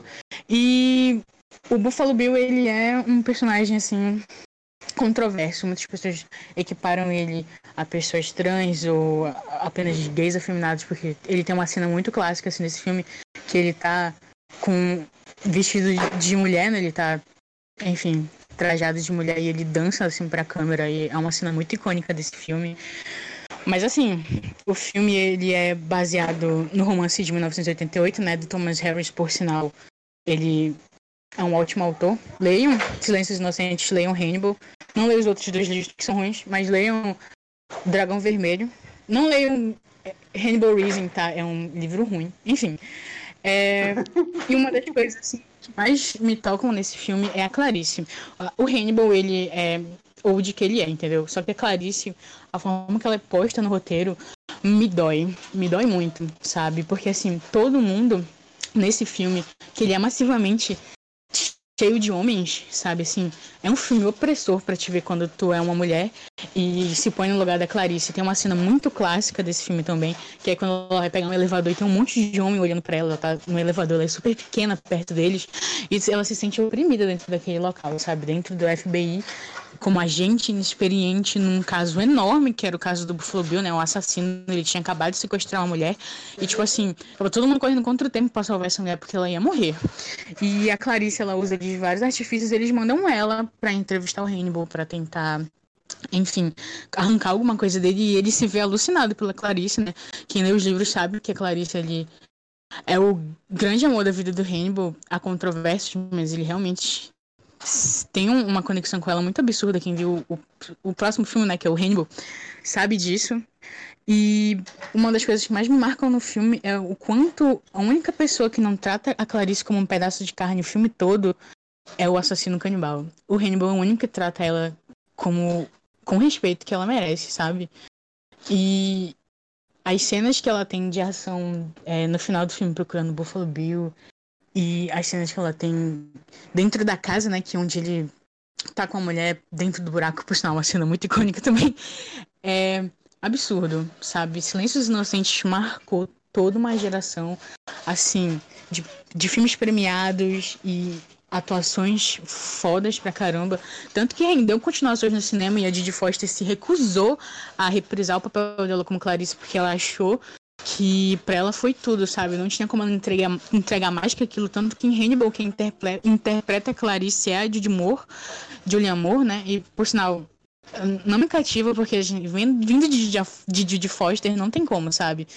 E o Buffalo Bill, ele é um personagem, assim, controverso. Muitas pessoas equiparam ele a pessoas trans ou apenas gays afeminados, porque ele tem uma cena muito clássica, assim, nesse filme, que ele tá com vestido de mulher, né? Ele tá, enfim, trajado de mulher e ele dança, assim, pra câmera. E é uma cena muito icônica desse filme. Mas, assim, o filme, ele é baseado no romance de mil novecentos e oitenta e oito, né? Do Thomas Harris, por sinal. Ele é um ótimo autor. Leiam Silêncios Inocentes, leiam Hannibal. Não leiam os outros dois livros que são ruins, mas leiam Dragão Vermelho. Não leiam Hannibal Rising, tá? É um livro ruim. Enfim. É... E uma das coisas assim, que mais me tocam nesse filme é a Clarice. O Hannibal, ele é old que ele é, entendeu? Só que a Clarice, a forma que ela é posta no roteiro, me dói. Me dói muito, sabe? Porque, assim, todo mundo nesse filme, que ele é massivamente cheio de homens, sabe, assim, é um filme opressor pra te ver quando tu é uma mulher e se põe no lugar da Clarice. Tem uma cena muito clássica desse filme também, que é quando ela vai pegar um elevador e tem um monte de homem olhando pra ela, ela tá no elevador, ela é super pequena perto deles e ela se sente oprimida dentro daquele local, sabe, dentro do F B I, como agente inexperiente num caso enorme, que era o caso do Buffalo Bill, né, o assassino, ele tinha acabado de sequestrar uma mulher e, tipo assim, tava todo mundo correndo contra o tempo pra salvar essa mulher porque ela ia morrer. E a Clarice, ela usa de vários artifícios, eles mandam ela pra entrevistar o Hannibal, pra tentar, enfim, arrancar alguma coisa dele, e ele se vê alucinado pela Clarice, né? Quem lê os livros sabe que a Clarice, ali é o grande amor da vida do Hannibal, há controvérsias, mas ele realmente tem um, uma conexão com ela muito absurda. Quem viu o, o próximo filme, né, que é o Hannibal, sabe disso. E uma das coisas que mais me marcam no filme é o quanto a única pessoa que não trata a Clarice como um pedaço de carne o filme todo é o assassino canibal. O Hannibal é o único que trata ela como com o respeito que ela merece, sabe? E as cenas que ela tem de ação é, no final do filme procurando Buffalo Bill e as cenas que ela tem dentro da casa, né, que é onde ele tá com a mulher dentro do buraco, por sinal, uma cena muito icônica também, é absurdo, sabe? Silêncios Inocentes marcou toda uma geração, assim, de, de filmes premiados e atuações fodas pra caramba. Tanto que rendeu continuações no cinema e a Didi Foster se recusou a reprisar o papel dela como Clarice porque ela achou que pra ela foi tudo, sabe? Não tinha como ela entregar, entregar mais que aquilo. Tanto que em Hannibal, quem interpreta, interpreta a Clarice é a Judy Moore, Julianne Moore, né? E, por sinal, não me cativa, porque a gente, vindo de, de, de, de Foster, não tem como, sabe?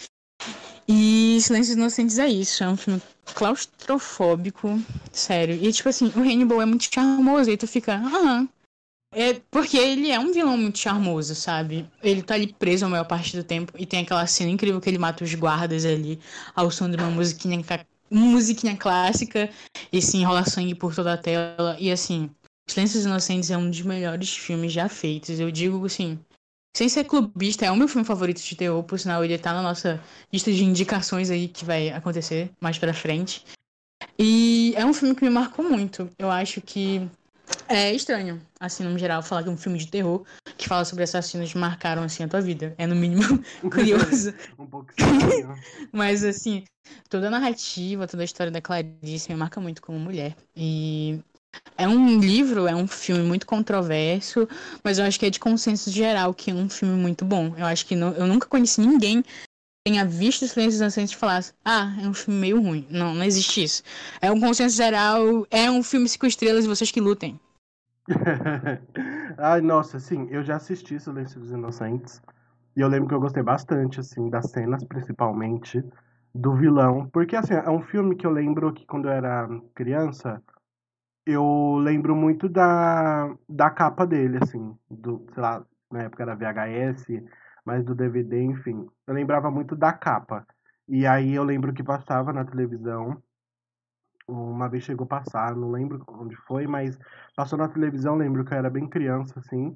E Silêncios Inocentes é isso. É um filme claustrofóbico, sério. E, tipo assim, o Hannibal é muito charmoso, e tu fica, ah, é porque ele é um vilão muito charmoso, sabe? Ele tá ali preso a maior parte do tempo e tem aquela cena incrível que ele mata os guardas ali ao som de uma musiquinha, musiquinha clássica e se enrola sangue por toda a tela. E assim, Silêncios Inocentes é um dos melhores filmes já feitos. Eu digo assim, sem ser clubista, é o meu filme favorito de terror, por sinal ele tá na nossa lista de indicações aí que vai acontecer mais pra frente. E é um filme que me marcou muito. Eu acho que é estranho, assim, no geral, falar que é um filme de terror que fala sobre assassinos que marcaram, assim, a tua vida. É, no mínimo, curioso. Um pouco estranho. Mas, assim, toda a narrativa, toda a história da Clarice me marca muito como mulher. E é um livro, é um filme muito controverso, mas eu acho que é de consenso geral que é um filme muito bom. Eu acho que não, eu nunca conheci ninguém que tenha visto Silêncios Inocentes e falasse, ah, é um filme meio ruim. Não, não existe isso. É um consenso geral, é um filme cinco estrelas e vocês que lutem. Ai, nossa, sim, eu já assisti Silêncio dos Inocentes. E eu lembro que eu gostei bastante, assim, das cenas, principalmente, do vilão. Porque, assim, é um filme que eu lembro que quando eu era criança, eu lembro muito da, da capa dele, assim, do, sei lá, na época era V H S, mas do D V D, enfim. Eu lembrava muito da capa. E aí eu lembro que passava na televisão uma vez chegou a passar, não lembro onde foi, mas passou na televisão, lembro que eu era bem criança, assim,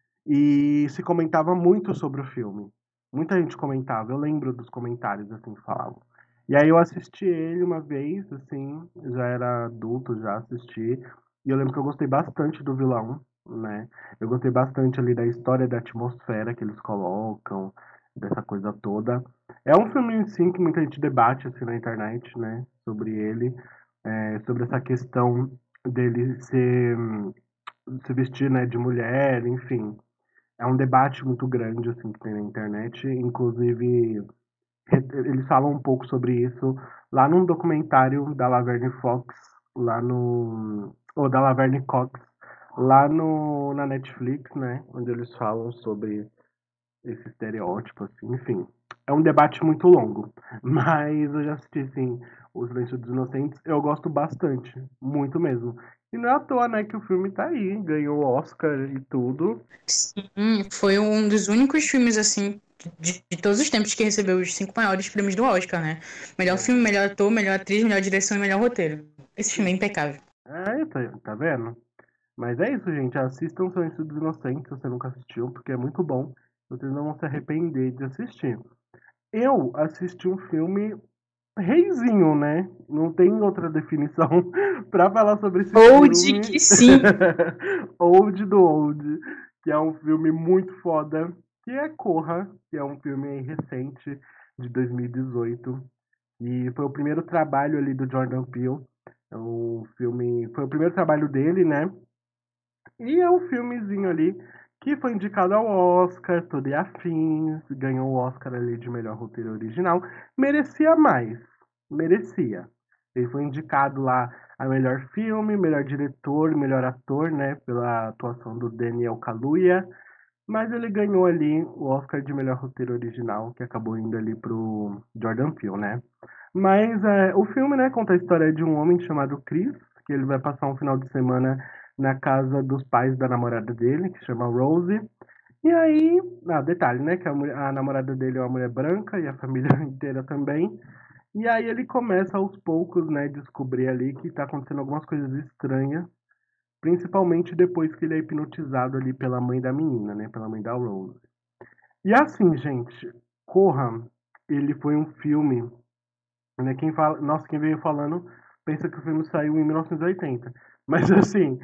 e se comentava muito sobre o filme. Muita gente comentava, eu lembro dos comentários, assim, que falavam. E aí eu assisti ele uma vez, assim, já era adulto, já assisti, e eu lembro que eu gostei bastante do vilão, né? Eu gostei bastante ali da história, da atmosfera que eles colocam, dessa coisa toda. É um filme, sim, que muita gente debate, assim, na internet, né, sobre ele, é, sobre essa questão dele ser, se vestir, né, de mulher, enfim. É um debate muito grande, assim, que tem na internet. Inclusive, re- eles falam um pouco sobre isso lá num documentário da Laverne Fox, lá no... ou da Laverne Cox, lá no, na Netflix, né? Onde eles falam sobre esse estereótipo, assim, enfim. É um debate muito longo, mas eu já assisti, assim, O Silêncio dos Inocentes, eu gosto bastante, muito mesmo. E não é à toa, né, que o filme tá aí, ganhou o Oscar e tudo. Sim, foi um dos únicos filmes, assim, de, de todos os tempos que recebeu os cinco maiores prêmios do Oscar, né? Melhor filme, É. melhor ator, melhor atriz, melhor direção e melhor roteiro. Esse filme é impecável. É, tá, tá vendo? Mas é isso, gente. Assistam Silêncio dos Inocentes se você nunca assistiu, porque é muito bom. Vocês não vão se arrepender de assistir. Eu assisti um filme reizinho, né? Não tem outra definição pra falar sobre esse Old filme. que sim. Old do Old, que é um filme muito foda, que é Corra, que é um filme recente de dois mil e dezoito. E foi o primeiro trabalho ali do Jordan Peele. É um filme, foi o primeiro trabalho dele, né? E é um filmezinho ali que foi indicado ao Oscar, tudo e afins, ganhou o Oscar ali de melhor roteiro original. Merecia mais, merecia. Ele foi indicado lá a melhor filme, melhor diretor, melhor ator, né, pela atuação do Daniel Kaluuya, mas ele ganhou ali o Oscar de melhor roteiro original, que acabou indo ali pro Jordan Peele, né. Mas é, o filme, né, conta a história de um homem chamado Chris, que ele vai passar um final de semana na casa dos pais da namorada dele, que chama Rose. E aí, ah, detalhe, né, que a, mulher- a namorada dele é uma mulher branca e a família inteira também. E aí ele começa aos poucos, né, descobrir ali que tá acontecendo algumas coisas estranhas, principalmente depois que ele é hipnotizado ali pela mãe da menina, né, pela mãe da Rose. E assim, gente, Corra, ele foi um filme, né? Quem fala, nossa, quem veio falando pensa que o filme saiu em mil novecentos e oitenta. Mas assim,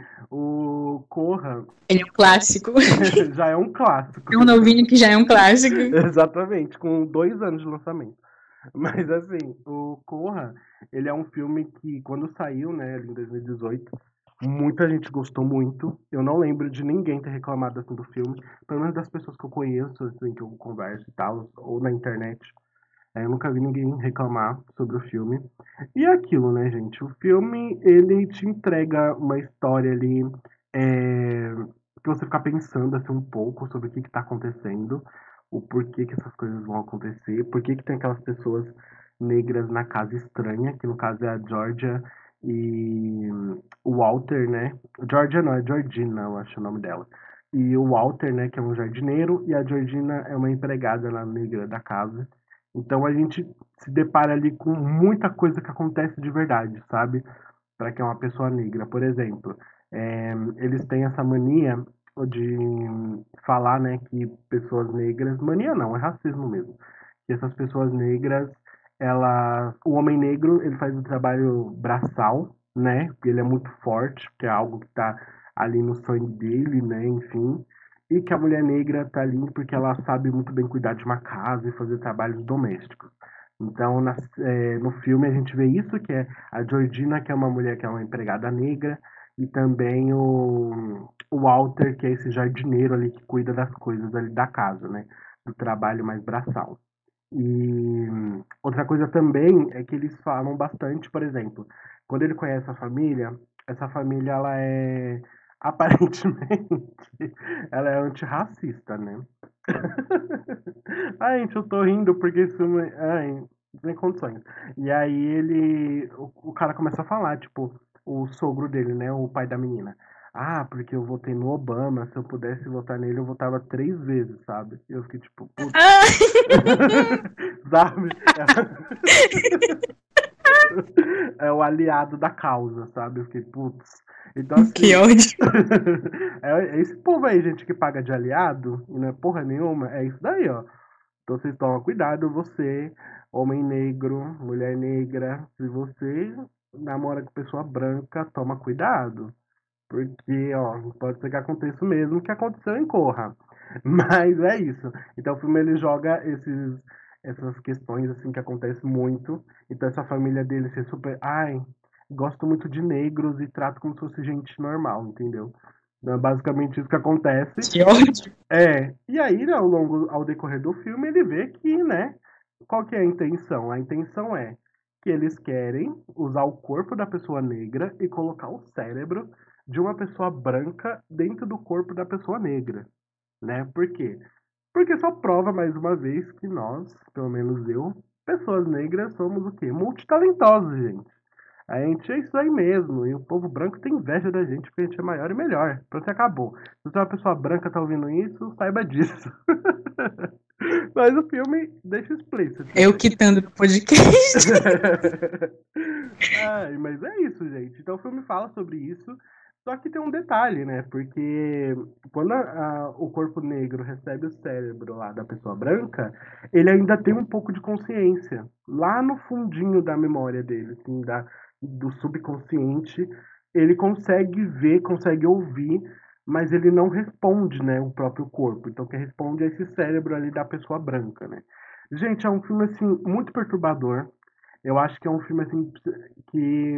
o Corra Ele é um clássico. já é um clássico. É um novinho que já é um clássico. Exatamente, com dois anos de lançamento. Mas assim, o Corra, ele é um filme que quando saiu, né, ali em dois mil e dezoito, muita gente gostou muito. Eu não lembro de ninguém ter reclamado assim do filme, pelo menos das pessoas que eu conheço, assim, que eu converso e tal, ou na internet. É, eu nunca vi ninguém reclamar sobre o filme. E é aquilo, né, gente? O filme, ele te entrega uma história ali, é, que você fica pensando assim um pouco sobre o que está acontecendo, o porquê que essas coisas vão acontecer, por que que tem aquelas pessoas negras na casa estranha, que no caso é a Georgia e o Walter, né? Georgia não, é Georgina, eu acho o nome dela. E o Walter, né, que é um jardineiro, e a Georgina é uma empregada lá negra da casa. Então a gente se depara ali com muita coisa que acontece de verdade, sabe? Para que é uma pessoa negra, por exemplo, é, eles têm essa mania de falar, né, que pessoas negras, mania não, é racismo mesmo, que essas pessoas negras, ela, o homem negro, ele faz o trabalho braçal, né? Porque ele é muito forte, que é algo que tá ali no sangue dele, né? Enfim, e que a mulher negra tá ali porque ela sabe muito bem cuidar de uma casa e fazer trabalhos domésticos. Então, na, é, no filme a gente vê isso, que é a Georgina, que é uma mulher que é uma empregada negra, e também o, o Walter, que é esse jardineiro ali que cuida das coisas ali da casa, né? Do trabalho mais braçal. E outra coisa também é que eles falam bastante, por exemplo, quando ele conhece a família, essa família ela é aparentemente ela é antirracista, né? Ai, gente, eu tô rindo porque isso me... Ai, sem condições. E aí ele. O, o cara começa a falar, tipo, o sogro dele, né? O pai da menina. Ah, porque eu votei no Obama, se eu pudesse votar nele, eu votava três vezes, sabe? E eu fiquei tipo, putz. Sabe? é o aliado da causa, sabe? Eu fiquei, putz. Então, assim, Que ódio. é, é esse povo aí, gente, que paga de aliado, e não é porra nenhuma, é isso daí, ó. Então vocês tomam cuidado, você, homem negro, mulher negra, se você namora com pessoa branca, toma cuidado. Porque, ó, pode ser que aconteça o mesmo que aconteceu em Corra. Mas é isso. Então o filme ele joga esses, essas questões assim que acontecem muito. Então essa família dele ser super. Ai, gosto muito de negros e trato como se fosse gente normal, entendeu? Então, é basicamente isso que acontece. Que ódio. É, e aí, né, ao longo, ao decorrer do filme, ele vê que, né, qual que é a intenção? A intenção é que eles querem usar o corpo da pessoa negra e colocar o cérebro de uma pessoa branca dentro do corpo da pessoa negra, né? Por quê? Porque só prova mais uma vez que nós, pelo menos eu, pessoas negras, somos o quê? Multitalentosos, gente. A gente é isso aí mesmo. E o povo branco tem inveja da gente porque a gente é maior e melhor. Pronto, acabou. Se você é uma pessoa branca e tá ouvindo isso, saiba disso. Mas o filme deixa explícito. Eu quitando do podcast. Ai, mas é isso, gente. Então o filme fala sobre isso. Só que tem um detalhe, né? Porque quando a- a- o corpo negro recebe o cérebro lá da pessoa branca, ele ainda tem um pouco de consciência. Lá no fundinho da memória dele, assim, da, do subconsciente, ele consegue ver, consegue ouvir, mas ele não responde, né, o próprio corpo. Então quem responde é esse cérebro ali da pessoa branca, né? Gente, é um filme, assim, muito perturbador. Eu acho que é um filme, assim, que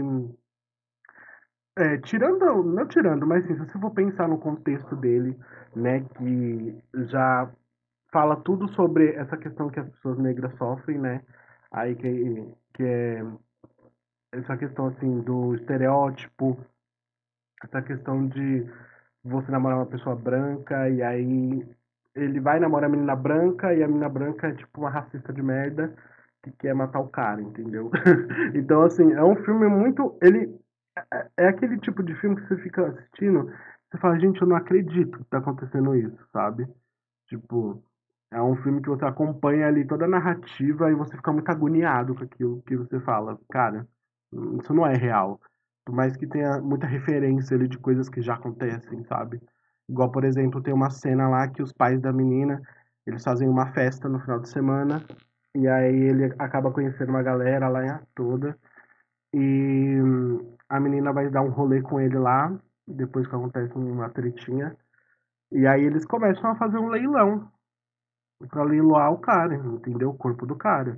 é, tirando, não tirando, mas assim, se você for pensar no contexto dele, né, que já fala tudo sobre essa questão que as pessoas negras sofrem, né, aí que, que é essa questão, assim, do estereótipo, essa questão de você namorar uma pessoa branca e aí ele vai namorar a menina branca e a menina branca é tipo uma racista de merda que quer matar o cara, entendeu? Então, assim, é um filme muito. Ele é é aquele tipo de filme que você fica assistindo, você fala, gente, eu não acredito que tá acontecendo isso, sabe? Tipo, é um filme que você acompanha ali toda a narrativa e você fica muito agoniado com aquilo que você fala. Cara, isso não é real. Por mais que tenha muita referência ali de coisas que já acontecem, sabe? Igual, por exemplo, tem uma cena lá que os pais da menina, eles fazem uma festa no final de semana e aí ele acaba conhecendo uma galera lá toda e a menina vai dar um rolê com ele lá, depois que acontece uma tretinha. E aí eles começam a fazer um leilão pra leiloar o cara, entendeu? O corpo do cara,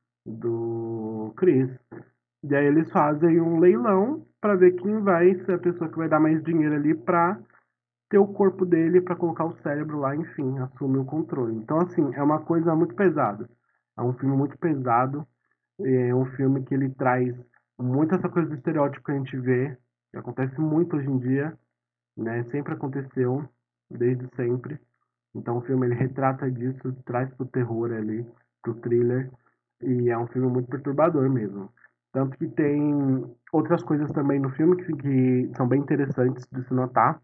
do Chris. E aí eles fazem um leilão pra ver quem vai ser a pessoa que vai dar mais dinheiro ali pra ter o corpo dele, pra colocar o cérebro lá, enfim, assumir o controle. Então, assim, é uma coisa muito pesada. É um filme muito pesado. É um filme que ele traz muito essa coisa do estereótipo que a gente vê, que acontece muito hoje em dia, né? Sempre aconteceu, desde sempre. Então o filme ele retrata disso, traz pro terror ali, pro thriller, e é um filme muito perturbador mesmo. Tanto que tem outras coisas também no filme que, que são bem interessantes de se notar.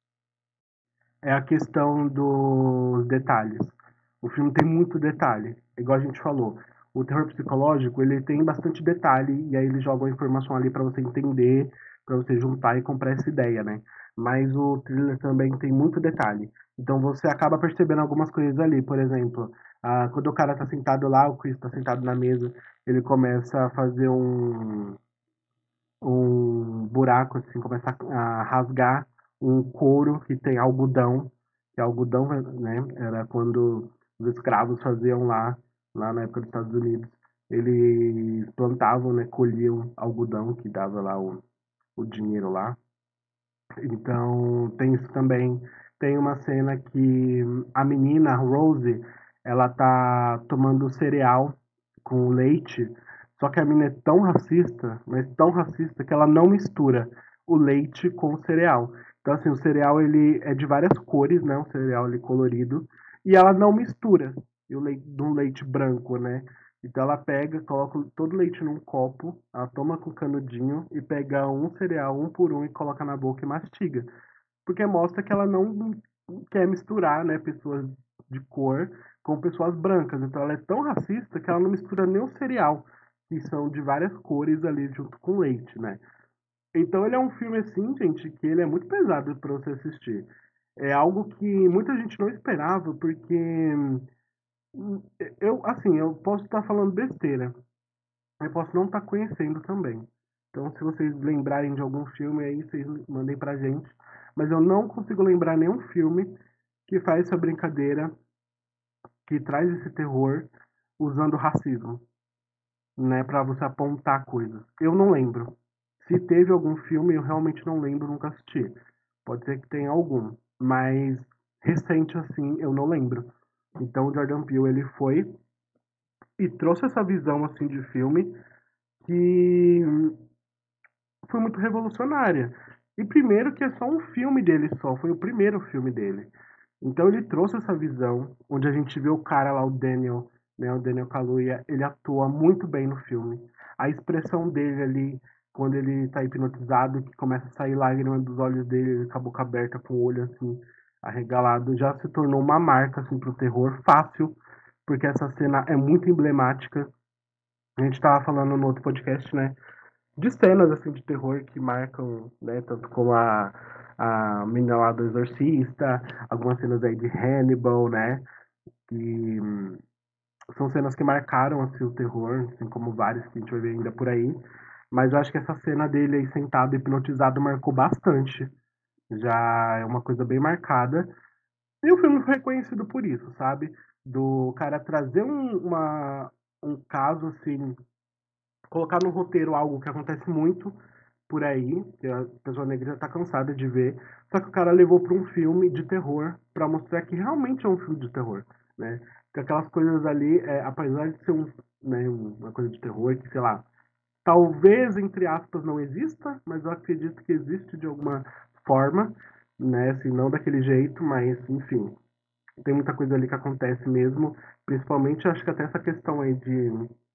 É a questão dos detalhes. O filme tem muito detalhe, igual a gente falou. O terror psicológico, ele tem bastante detalhe, e aí eles jogam a informação ali para você entender, para você juntar e comprar essa ideia, né? Mas o thriller também tem muito detalhe. Então você acaba percebendo algumas coisas ali. Por exemplo, ah, quando o cara tá sentado lá, o Chris tá sentado na mesa, ele começa a fazer um, um buraco, assim, começa a, a rasgar um couro que tem algodão, que algodão, né, era quando os escravos faziam lá, lá na época dos Estados Unidos, eles plantavam, né, colhiam algodão, que dava lá o, o dinheiro lá. Então, tem isso também. Tem uma cena que a menina, a Rose, ela tá tomando cereal com leite, só que a menina é tão racista, mas tão racista que ela não mistura o leite com o cereal. Então, assim, o cereal ele é de várias cores, né? Um cereal ali colorido, e ela não mistura e o leite, de um leite branco, né? Então ela pega, coloca todo o leite num copo, ela toma com canudinho e pega um cereal um por um e coloca na boca e mastiga. Porque mostra que ela não quer misturar, né, pessoas de cor com pessoas brancas. Então ela é tão racista que ela não mistura nem o cereal. que são de várias cores ali junto com leite, né? Então ele é um filme assim, gente, que ele é muito pesado para você assistir. É algo que muita gente não esperava, porque hum, eu, assim, eu posso estar falando besteira, eu posso não estar conhecendo também. Então, se vocês lembrarem de algum filme aí, vocês mandem pra gente. Mas eu não consigo lembrar nenhum filme que faz essa brincadeira, que traz esse terror usando racismo, né, pra você apontar coisas. Eu não lembro. Se teve algum filme, eu realmente não lembro, nunca assisti. Pode ser que tenha algum, mas recente assim, eu não lembro. Então, o Jordan Peele, ele foi e trouxe essa visão assim de filme que foi muito revolucionária. E primeiro que é só um filme dele só, foi o primeiro filme dele. Então ele trouxe essa visão, onde a gente vê o cara lá, o Daniel, né, o Daniel Kaluuya, ele atua muito bem no filme. A expressão dele ali, quando ele tá hipnotizado, que começa a sair lágrimas dos olhos dele, ele com a boca aberta, com o olho assim, arregalado, já se tornou uma marca assim pro terror fácil, porque essa cena é muito emblemática. A gente tava falando no outro podcast, né, de cenas assim de terror que marcam, né, tanto como a a menina lá do Exorcista, algumas cenas aí de Hannibal, né, que hum, são cenas que marcaram assim o terror, assim como várias que a gente vai ver ainda por aí. Mas eu acho que essa cena dele aí sentado hipnotizado marcou bastante. Já é uma coisa bem marcada. E o filme foi reconhecido por isso, sabe? Do cara trazer um, uma, um caso assim, colocar no roteiro algo que acontece muito por aí, que a pessoa negra já tá cansada de ver, só que o cara levou para um filme de terror para mostrar que realmente é um filme de terror, né? Que aquelas coisas ali, é, apesar de ser um, né, uma coisa de terror que, sei lá, talvez, entre aspas, não exista, mas eu acredito que existe de alguma forma, né? Assim, não daquele jeito, mas, enfim, tem muita coisa ali que acontece mesmo, principalmente, acho que até essa questão aí de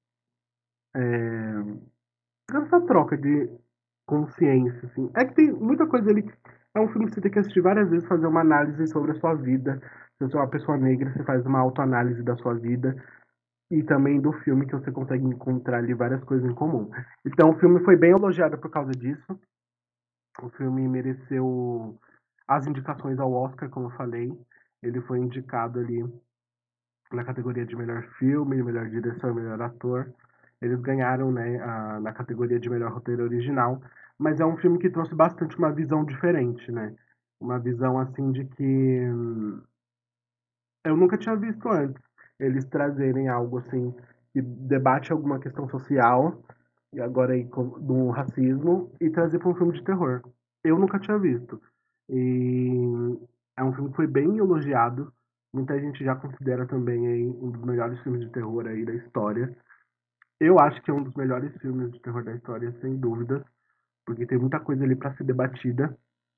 é, essa troca de consciência, assim. É que tem muita coisa ali que é um filme que você tem que assistir várias vezes, fazer uma análise sobre a sua vida. Se você é uma pessoa negra, você faz uma autoanálise da sua vida e também do filme, que você consegue encontrar ali várias coisas em comum. Então o filme foi bem elogiado por causa disso. O filme mereceu as indicações ao Oscar, como eu falei. Ele foi indicado ali na categoria de melhor filme, melhor direção, melhor ator. Eles ganharam, né, a, na categoria de melhor roteiro original, mas é um filme que trouxe bastante uma visão diferente, né? Uma visão assim de que hum, eu nunca tinha visto antes. Eles trazerem algo assim que debate alguma questão social, e agora aí com- do racismo, e trazer para um filme de terror. Eu nunca tinha visto. E é um filme que foi bem elogiado. Muita gente já considera também aí um dos melhores filmes de terror aí da história. Eu acho que é um dos melhores filmes de terror da história, sem dúvidas, porque tem muita coisa ali pra ser debatida.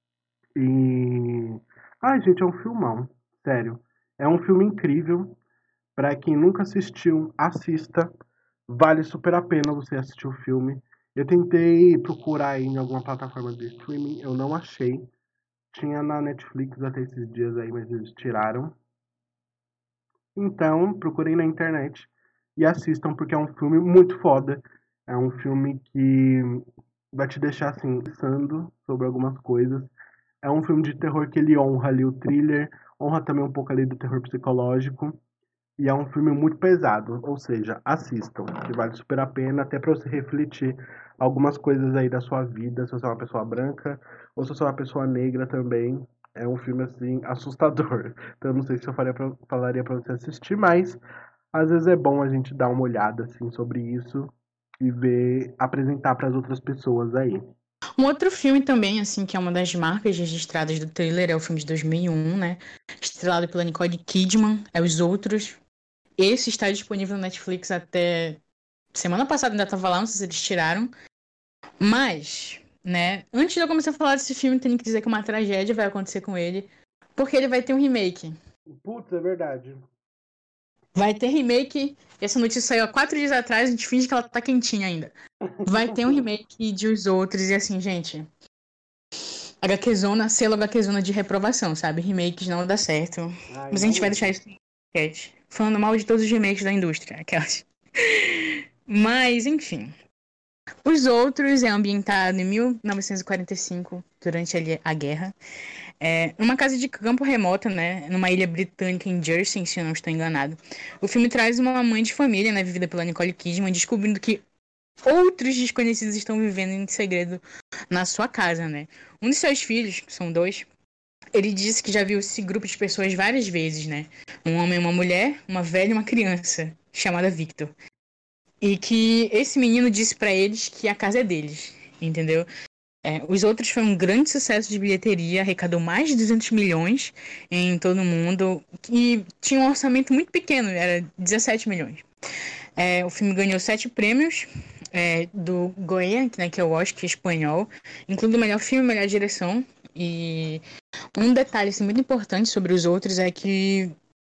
E. Ai, gente, é um filmão. Sério. É um filme incrível. Pra quem nunca assistiu, assista. Vale super a pena você assistir o filme. Eu tentei procurar aí em alguma plataforma de streaming, eu não achei. Tinha na Netflix até esses dias aí, mas eles tiraram. Então, procurem na internet e assistam, porque é um filme muito foda. É um filme que vai te deixar assim, pensando sobre algumas coisas. É um filme de terror que ele honra ali o thriller, honra também um pouco ali do terror psicológico. E é um filme muito pesado, ou seja, assistam, que vale super a pena, até para você refletir algumas coisas aí da sua vida, se você é uma pessoa branca ou se você é uma pessoa negra também. É um filme assim assustador. Então eu não sei se eu faria pra, falaria para você assistir, mas às vezes é bom a gente dar uma olhada assim sobre isso e ver, apresentar para as outras pessoas aí. Um outro filme também, assim, que é uma das marcas registradas do trailer, é o filme de dois mil e um, né? Estrelado pela Nicole Kidman, é Os Outros. Esse está disponível no Netflix até semana passada, ainda tava lá, não sei se eles tiraram. Mas, né, antes de eu começar a falar desse filme, tenho que dizer que uma tragédia vai acontecer com ele, porque ele vai ter um remake. Putz, é verdade. Vai ter remake. Essa notícia saiu há quatro dias atrás, a gente finge que ela tá quentinha ainda. Vai ter um remake de Os Outros, e assim, gente, HQzona, selo HQzona de reprovação, sabe? Remakes não dá certo. Ai, Mas a gente vai não. deixar isso no podcast. Falando mal de todos os remakes da indústria, aquelas. Mas, enfim. Os outros é ambientado em mil novecentos e quarenta e cinco, durante ali a guerra. É, numa casa de campo remota, né? Numa ilha britânica em Jersey, se eu não estou enganado. O filme traz uma mãe de família, né? Vivida pela Nicole Kidman, descobrindo que outros desconhecidos estão vivendo em segredo na sua casa, né? Um de seus filhos, que são dois, ele disse que já viu esse grupo de pessoas várias vezes, né? Um homem e uma mulher, uma velha e uma criança, chamada Victor. E que esse menino disse pra eles que a casa é deles, entendeu? É, os outros foi um grande sucesso de bilheteria, arrecadou mais de duzentos milhões em todo o mundo e tinha um orçamento muito pequeno, era dezessete milhões. É, o filme ganhou sete prêmios é, do Goya, né, que é o Oscar espanhol, incluindo o melhor filme e melhor direção. E um detalhe assim, muito importante sobre os outros é que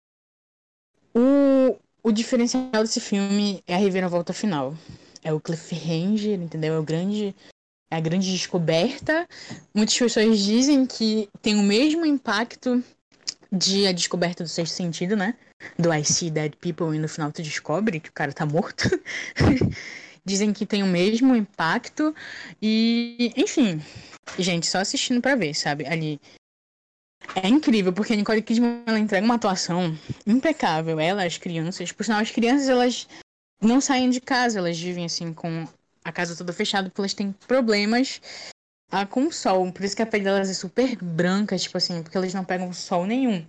o, o diferencial desse filme é a reviravolta final. É o cliffhanger, entendeu? É o grande, é a grande descoberta. Muitas pessoas dizem que tem o mesmo impacto de A Descoberta do Sexto Sentido, né? Do I See Dead People, e no final tu descobre que o cara tá morto. Dizem que tem o mesmo impacto. E, enfim, gente, só assistindo pra ver, sabe? Ali. É incrível, porque a Nicole Kidman, ela entrega uma atuação impecável. Ela, as crianças. Por sinal, as crianças, elas não saem de casa. Elas vivem, assim, com a casa toda fechada, porque elas têm problemas ah, com o sol. Por isso que a pele delas é super branca, tipo assim, porque elas não pegam sol nenhum.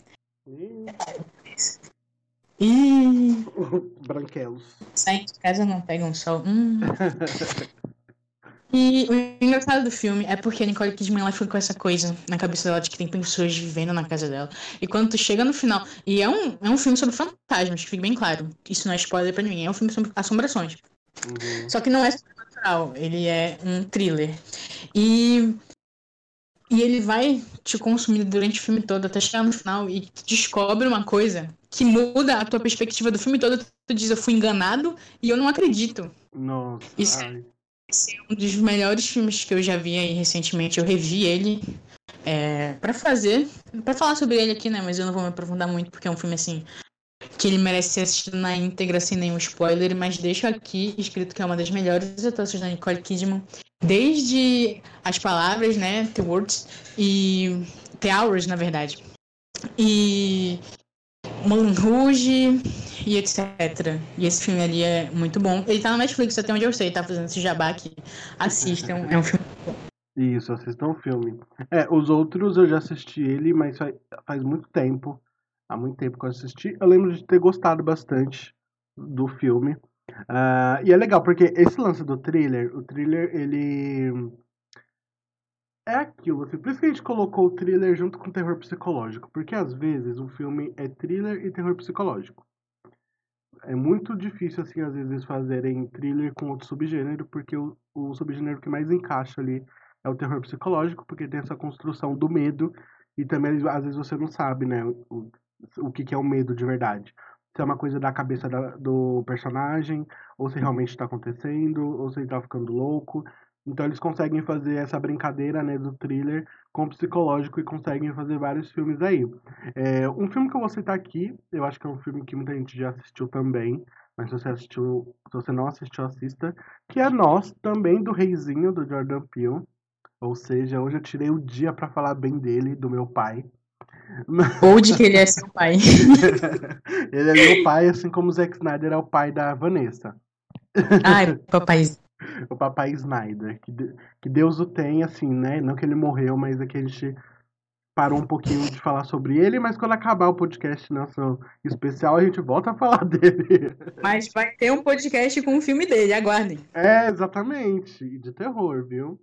E Branquelos. saem de casa não pegam sol. Hum. E o engraçado do filme é porque a Nicole Kidman, ela fica com essa coisa na cabeça dela de que tem pessoas vivendo na casa dela. E quando tu chega no final... E é um, é um filme sobre fantasmas, que fica bem claro. Isso não é spoiler pra ninguém. É um filme sobre assombrações. Uhum. Só que não é sobrenatural. Ele é um thriller. E... E ele vai te consumir durante o filme todo, até chegar no final e tu descobre uma coisa que muda a tua perspectiva do filme todo. Tu diz, eu fui enganado e eu não acredito. Nossa, Isso ai. é um dos melhores filmes que eu já vi aí recentemente. Eu revi ele é, pra fazer, pra falar sobre ele aqui, né? Mas eu não vou me aprofundar muito porque é um filme assim que ele merece ser assistido na íntegra sem nenhum spoiler. Mas deixo aqui escrito que é uma das melhores atuações da Nicole Kidman, desde as palavras, né? The Words e The Hours, na verdade. E Moulin Rouge e etcétera. E esse filme ali é muito bom. Ele tá na Netflix, até onde eu sei, tá fazendo esse jabá aqui. Assistam, é um filme. Isso, assistam o filme. É, os outros eu já assisti ele, mas faz, faz muito tempo. Há muito tempo que eu assisti. Eu lembro de ter gostado bastante do filme. Ah, e é legal, porque esse lance do thriller, o thriller, ele é aquilo, assim, por isso que a gente colocou o thriller junto com o terror psicológico, porque às vezes um filme é thriller e terror psicológico. É muito difícil, assim, às vezes fazerem thriller com outro subgênero, porque o, o subgênero que mais encaixa ali é o terror psicológico, porque tem essa construção do medo, e também às vezes você não sabe, né, o, o que, que é o medo de verdade. Se é uma coisa da cabeça da- do personagem, ou se realmente está acontecendo, ou se ele tá ficando louco. Então eles conseguem fazer essa brincadeira, né, do thriller com o psicológico e conseguem fazer vários filmes aí. É, um filme que eu vou citar aqui, eu acho que é um filme que muita gente já assistiu também, mas se você assistiu, se você não assistiu, assista, que é Nós, também do Reizinho, do Jordan Peele. Ou seja, hoje eu tirei o dia pra falar bem dele, do meu pai. Ou de que ele é seu pai. Ele é meu pai, assim como o Zack Snyder é o pai da Vanessa. Ai, papai. O papai Snyder. Que, de- que Deus o tenha, assim, né? Não que ele morreu, mas é que a gente parou um pouquinho de falar sobre ele, mas quando acabar o podcast nosso especial, a gente volta a falar dele. Mas vai ter um podcast com o filme dele, aguardem. É, exatamente. E de terror, viu?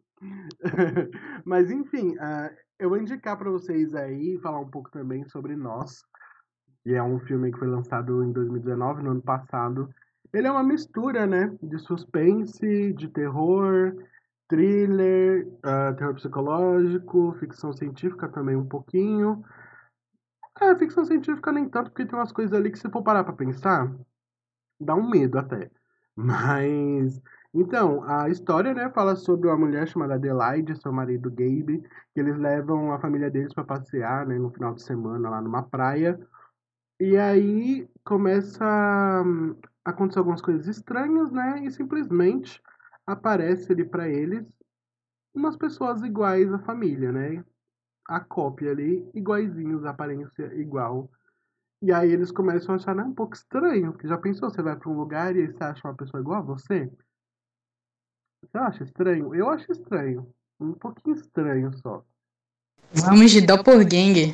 Mas enfim, ah, eu vou indicar pra vocês aí, falar um pouco também sobre Nós, que é um filme que foi lançado em dois mil e dezenove, no ano passado. Ele é uma mistura, né, de suspense, de terror, thriller, ah, terror psicológico, ficção científica também um pouquinho. É, ficção científica nem tanto, porque tem umas coisas ali que se for parar pra pensar, dá um medo até. Mas. Então, a história, né, fala sobre uma mulher chamada Adelaide e seu marido Gabe, que eles levam a família deles pra passear, né, no final de semana lá numa praia. E aí começa hum, aconteceu algumas coisas estranhas, né? E simplesmente aparece ali pra eles umas pessoas iguais à família, né? A cópia ali, iguaizinhos, aparência igual. E aí eles começam a achar, né, um pouco estranho, porque já pensou, você vai pra um lugar e aí você acha uma pessoa igual a você? Você acha estranho? Eu acho estranho. Um pouquinho estranho só. Vamos de doppelganger.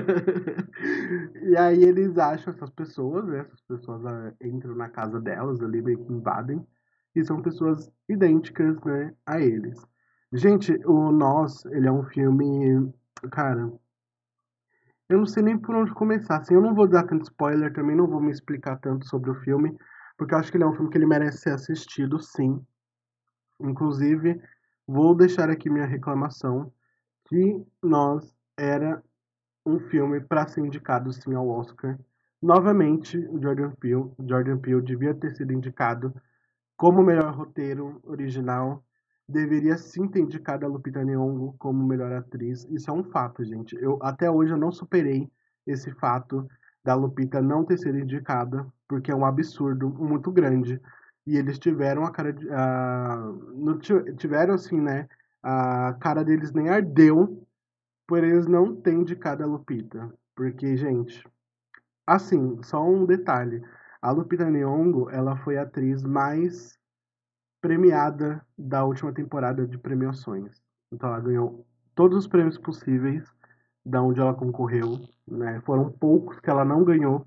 E aí eles acham essas pessoas, né? Essas pessoas ah, entram na casa delas ali, meio que invadem. E são pessoas idênticas, né, a eles. Gente, o Nós, ele é um filme. Cara, eu não sei nem por onde começar. Assim, eu não vou dar tanto spoiler, também não vou me explicar tanto sobre o filme, porque eu acho que ele é um filme que ele merece ser assistido, sim. Inclusive, vou deixar aqui minha reclamação que Nós era um filme para ser indicado sim ao Oscar. Novamente, o Jordan Peele, Jordan Peele devia ter sido indicado como melhor roteiro original. Deveria sim ter indicado a Lupita Nyong'o como melhor atriz. Isso é um fato, gente. Eu até hoje eu não superei esse fato da Lupita não ter sido indicada, porque é um absurdo muito grande. E eles tiveram a cara de, a, não tiveram assim, né? A cara deles nem ardeu por eles não terem indicado a Lupita. Porque, gente, assim, só um detalhe. A Lupita Nyong'o, ela foi a atriz mais premiada da última temporada de premiações. Então ela ganhou todos os prêmios possíveis da onde ela concorreu, né? Foram poucos que ela não ganhou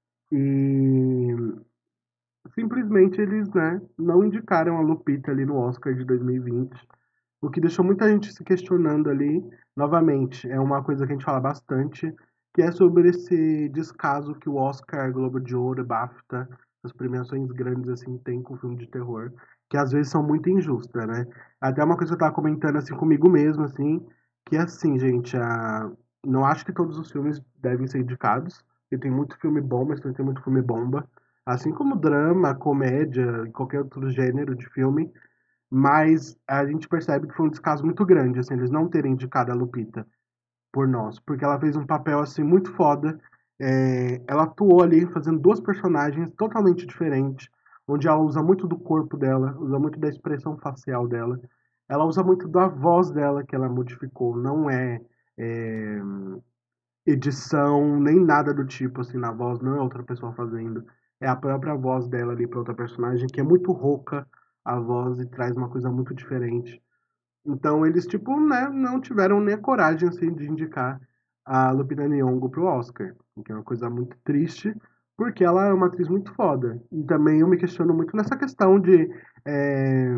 e simplesmente eles, né, não indicaram a Lupita ali no Oscar de dois mil e vinte, o que deixou muita gente se questionando ali. Novamente, é uma coisa que a gente fala bastante, que é sobre esse descaso que o Oscar, Globo de Ouro, BAFTA, as premiações grandes assim têm com filme de terror, que às vezes são muito injustas, né? Até uma coisa que eu tava comentando assim comigo mesmo, assim, que é assim, gente, a... não acho que todos os filmes devem ser indicados, porque tem muito filme bom, mas também tem muito filme bomba, assim como drama, comédia e qualquer outro gênero de filme, mas a gente percebe que foi um descaso muito grande, assim, eles não terem indicado a Lupita por nós, porque ela fez um papel, assim, muito foda. É, ela atuou ali fazendo duas personagens totalmente diferentes, onde ela usa muito do corpo dela, usa muito da expressão facial dela, ela usa muito da voz dela que ela modificou, não é, é edição, nem nada do tipo, assim, na voz, não é outra pessoa fazendo. É a própria voz dela ali pra outra personagem, que é muito rouca a voz e traz uma coisa muito diferente. Então eles, tipo, né, não tiveram nem a coragem, assim, de indicar a Lupita Nyong'o pro Oscar, o que é uma coisa muito triste, porque ela é uma atriz muito foda. E também eu me questiono muito nessa questão de, é,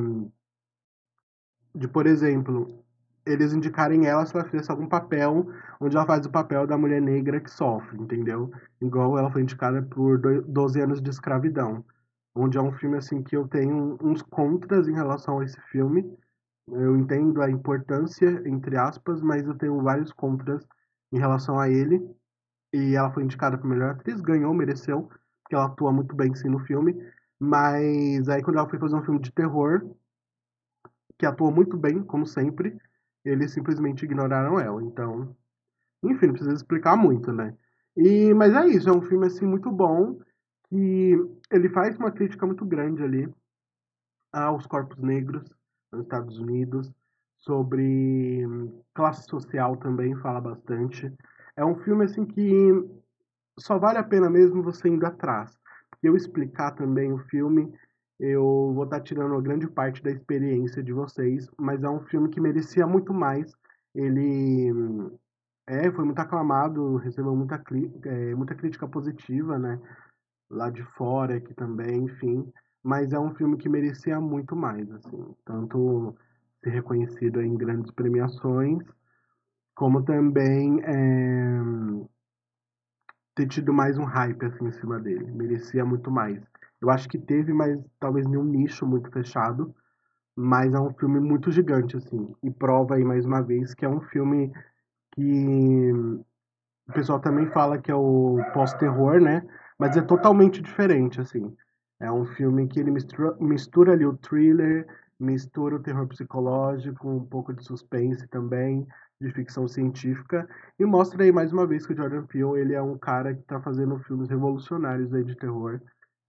de por exemplo, eles indicarem ela se ela fizesse algum papel onde ela faz o papel da mulher negra que sofre, entendeu? Igual ela foi indicada por doze anos de escravidão, onde é um filme assim que eu tenho uns contras em relação a esse filme. Eu entendo a importância, entre aspas, mas eu tenho vários contras em relação a ele. E ela foi indicada para melhor atriz, ganhou, mereceu, porque ela atua muito bem sim no filme. Mas aí quando ela foi fazer um filme de terror, que atuou muito bem, como sempre, eles simplesmente ignoraram ela. Então, enfim, não precisa explicar muito, né? E, mas é isso, é um filme assim muito bom, que ele faz uma crítica muito grande ali aos corpos negros nos Estados Unidos, sobre classe social também fala bastante. É um filme assim que só vale a pena mesmo você indo atrás. Porque eu explicar também o filme, eu vou estar tirando uma grande parte da experiência de vocês, mas é um filme que merecia muito mais. Ele é, foi muito aclamado, recebeu muita, é, muita crítica positiva, né? Lá de fora aqui também, enfim. Mas é um filme que merecia muito mais, assim. Tanto ser reconhecido em grandes premiações, como também é, ter tido mais um hype, assim, em cima dele. Merecia muito mais. Eu acho que teve, mas talvez em um nicho muito fechado. Mas é um filme muito gigante, assim. E prova aí, mais uma vez, que é um filme que o pessoal também fala que é o pós-terror, né? Mas é totalmente diferente, assim. É um filme que ele mistura, mistura ali o thriller, mistura o terror psicológico, um pouco de suspense também, de ficção científica, e mostra aí mais uma vez que o Jordan Peele, ele é um cara que tá fazendo filmes revolucionários aí de terror,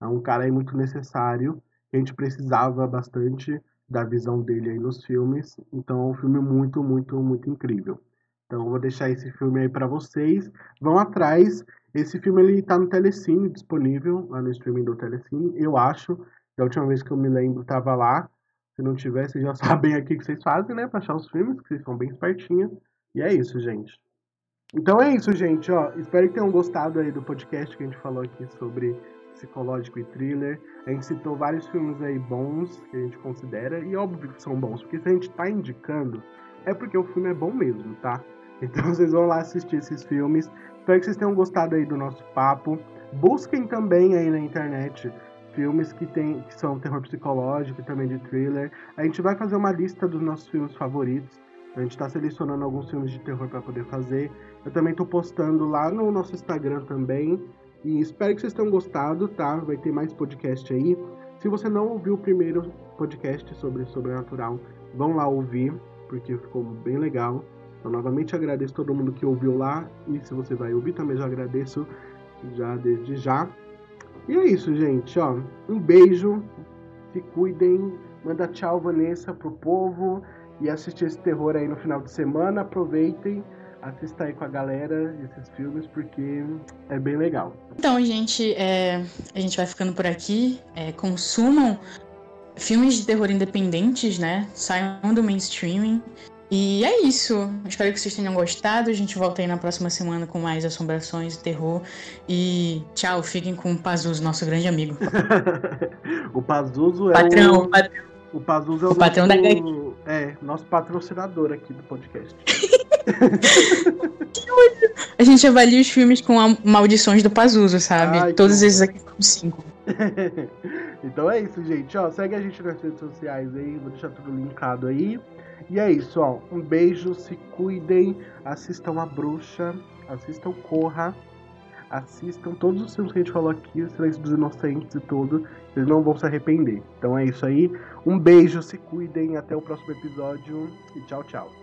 É um cara aí muito necessário, que a gente precisava bastante da visão dele aí nos filmes. Então é um filme muito, muito, muito incrível. Então eu vou deixar esse filme aí pra vocês. Vão atrás. Esse filme ele tá no Telecine, disponível lá no streaming do Telecine, eu acho. Da última vez que eu me lembro, tava lá. Se não tiver, vocês já sabem aqui o que vocês fazem, né? Pra achar os filmes, que vocês são bem espertinhos. E é isso, gente. Então é isso, gente, ó. Espero que tenham gostado aí do podcast que a gente falou aqui sobre psicológico e thriller. A gente citou vários filmes aí bons que a gente considera, e óbvio que são bons, porque se a gente tá indicando, é porque o filme é bom mesmo, tá? Então vocês vão lá assistir esses filmes. Espero que vocês tenham gostado aí do nosso papo. Busquem também aí na internet filmes que, tem, que são terror psicológico e também de thriller. A gente vai fazer uma lista dos nossos filmes favoritos. A gente tá selecionando alguns filmes de terror para poder fazer. Eu também tô postando lá no nosso Instagram também. E espero que vocês tenham gostado, tá? Vai ter mais podcast aí. Se você não ouviu o primeiro podcast sobre Sobrenatural, vão lá ouvir, porque ficou bem legal. Então, novamente, agradeço todo mundo que ouviu lá. E se você vai ouvir, também já agradeço já desde já. E é isso, gente, ó. Um beijo. Se cuidem. Manda tchau, Vanessa, pro povo. E assistir esse terror aí no final de semana. Aproveitem. Assista aí com a galera esses filmes, porque é bem legal. Então, gente, é, a gente vai ficando por aqui. É, consumam filmes de terror independentes, né? Saiam do mainstream. E é isso. Espero que vocês tenham gostado. A gente volta aí na próxima semana com mais assombrações e terror. E tchau, fiquem com o Pazuzu, nosso grande amigo. O Pazuzu é patrão, o... patrão. O Pazuzu é o, o patrão nosso... da gangue. É, nosso patrocinador aqui do podcast. A gente avalia os filmes com a maldições do Pazuzu, sabe? Ai, todos esses aqui são cinco. Então é isso, gente. Ó, segue a gente nas redes sociais aí. Vou deixar tudo linkado aí. E é isso, ó. Um beijo, se cuidem. Assistam A Bruxa. Assistam Corra. Assistam todos os filmes que a gente falou aqui. O Silêncio dos Inocentes e tudo. Vocês não vão se arrepender. Então é isso aí. Um beijo, se cuidem. Até o próximo episódio. E tchau, tchau.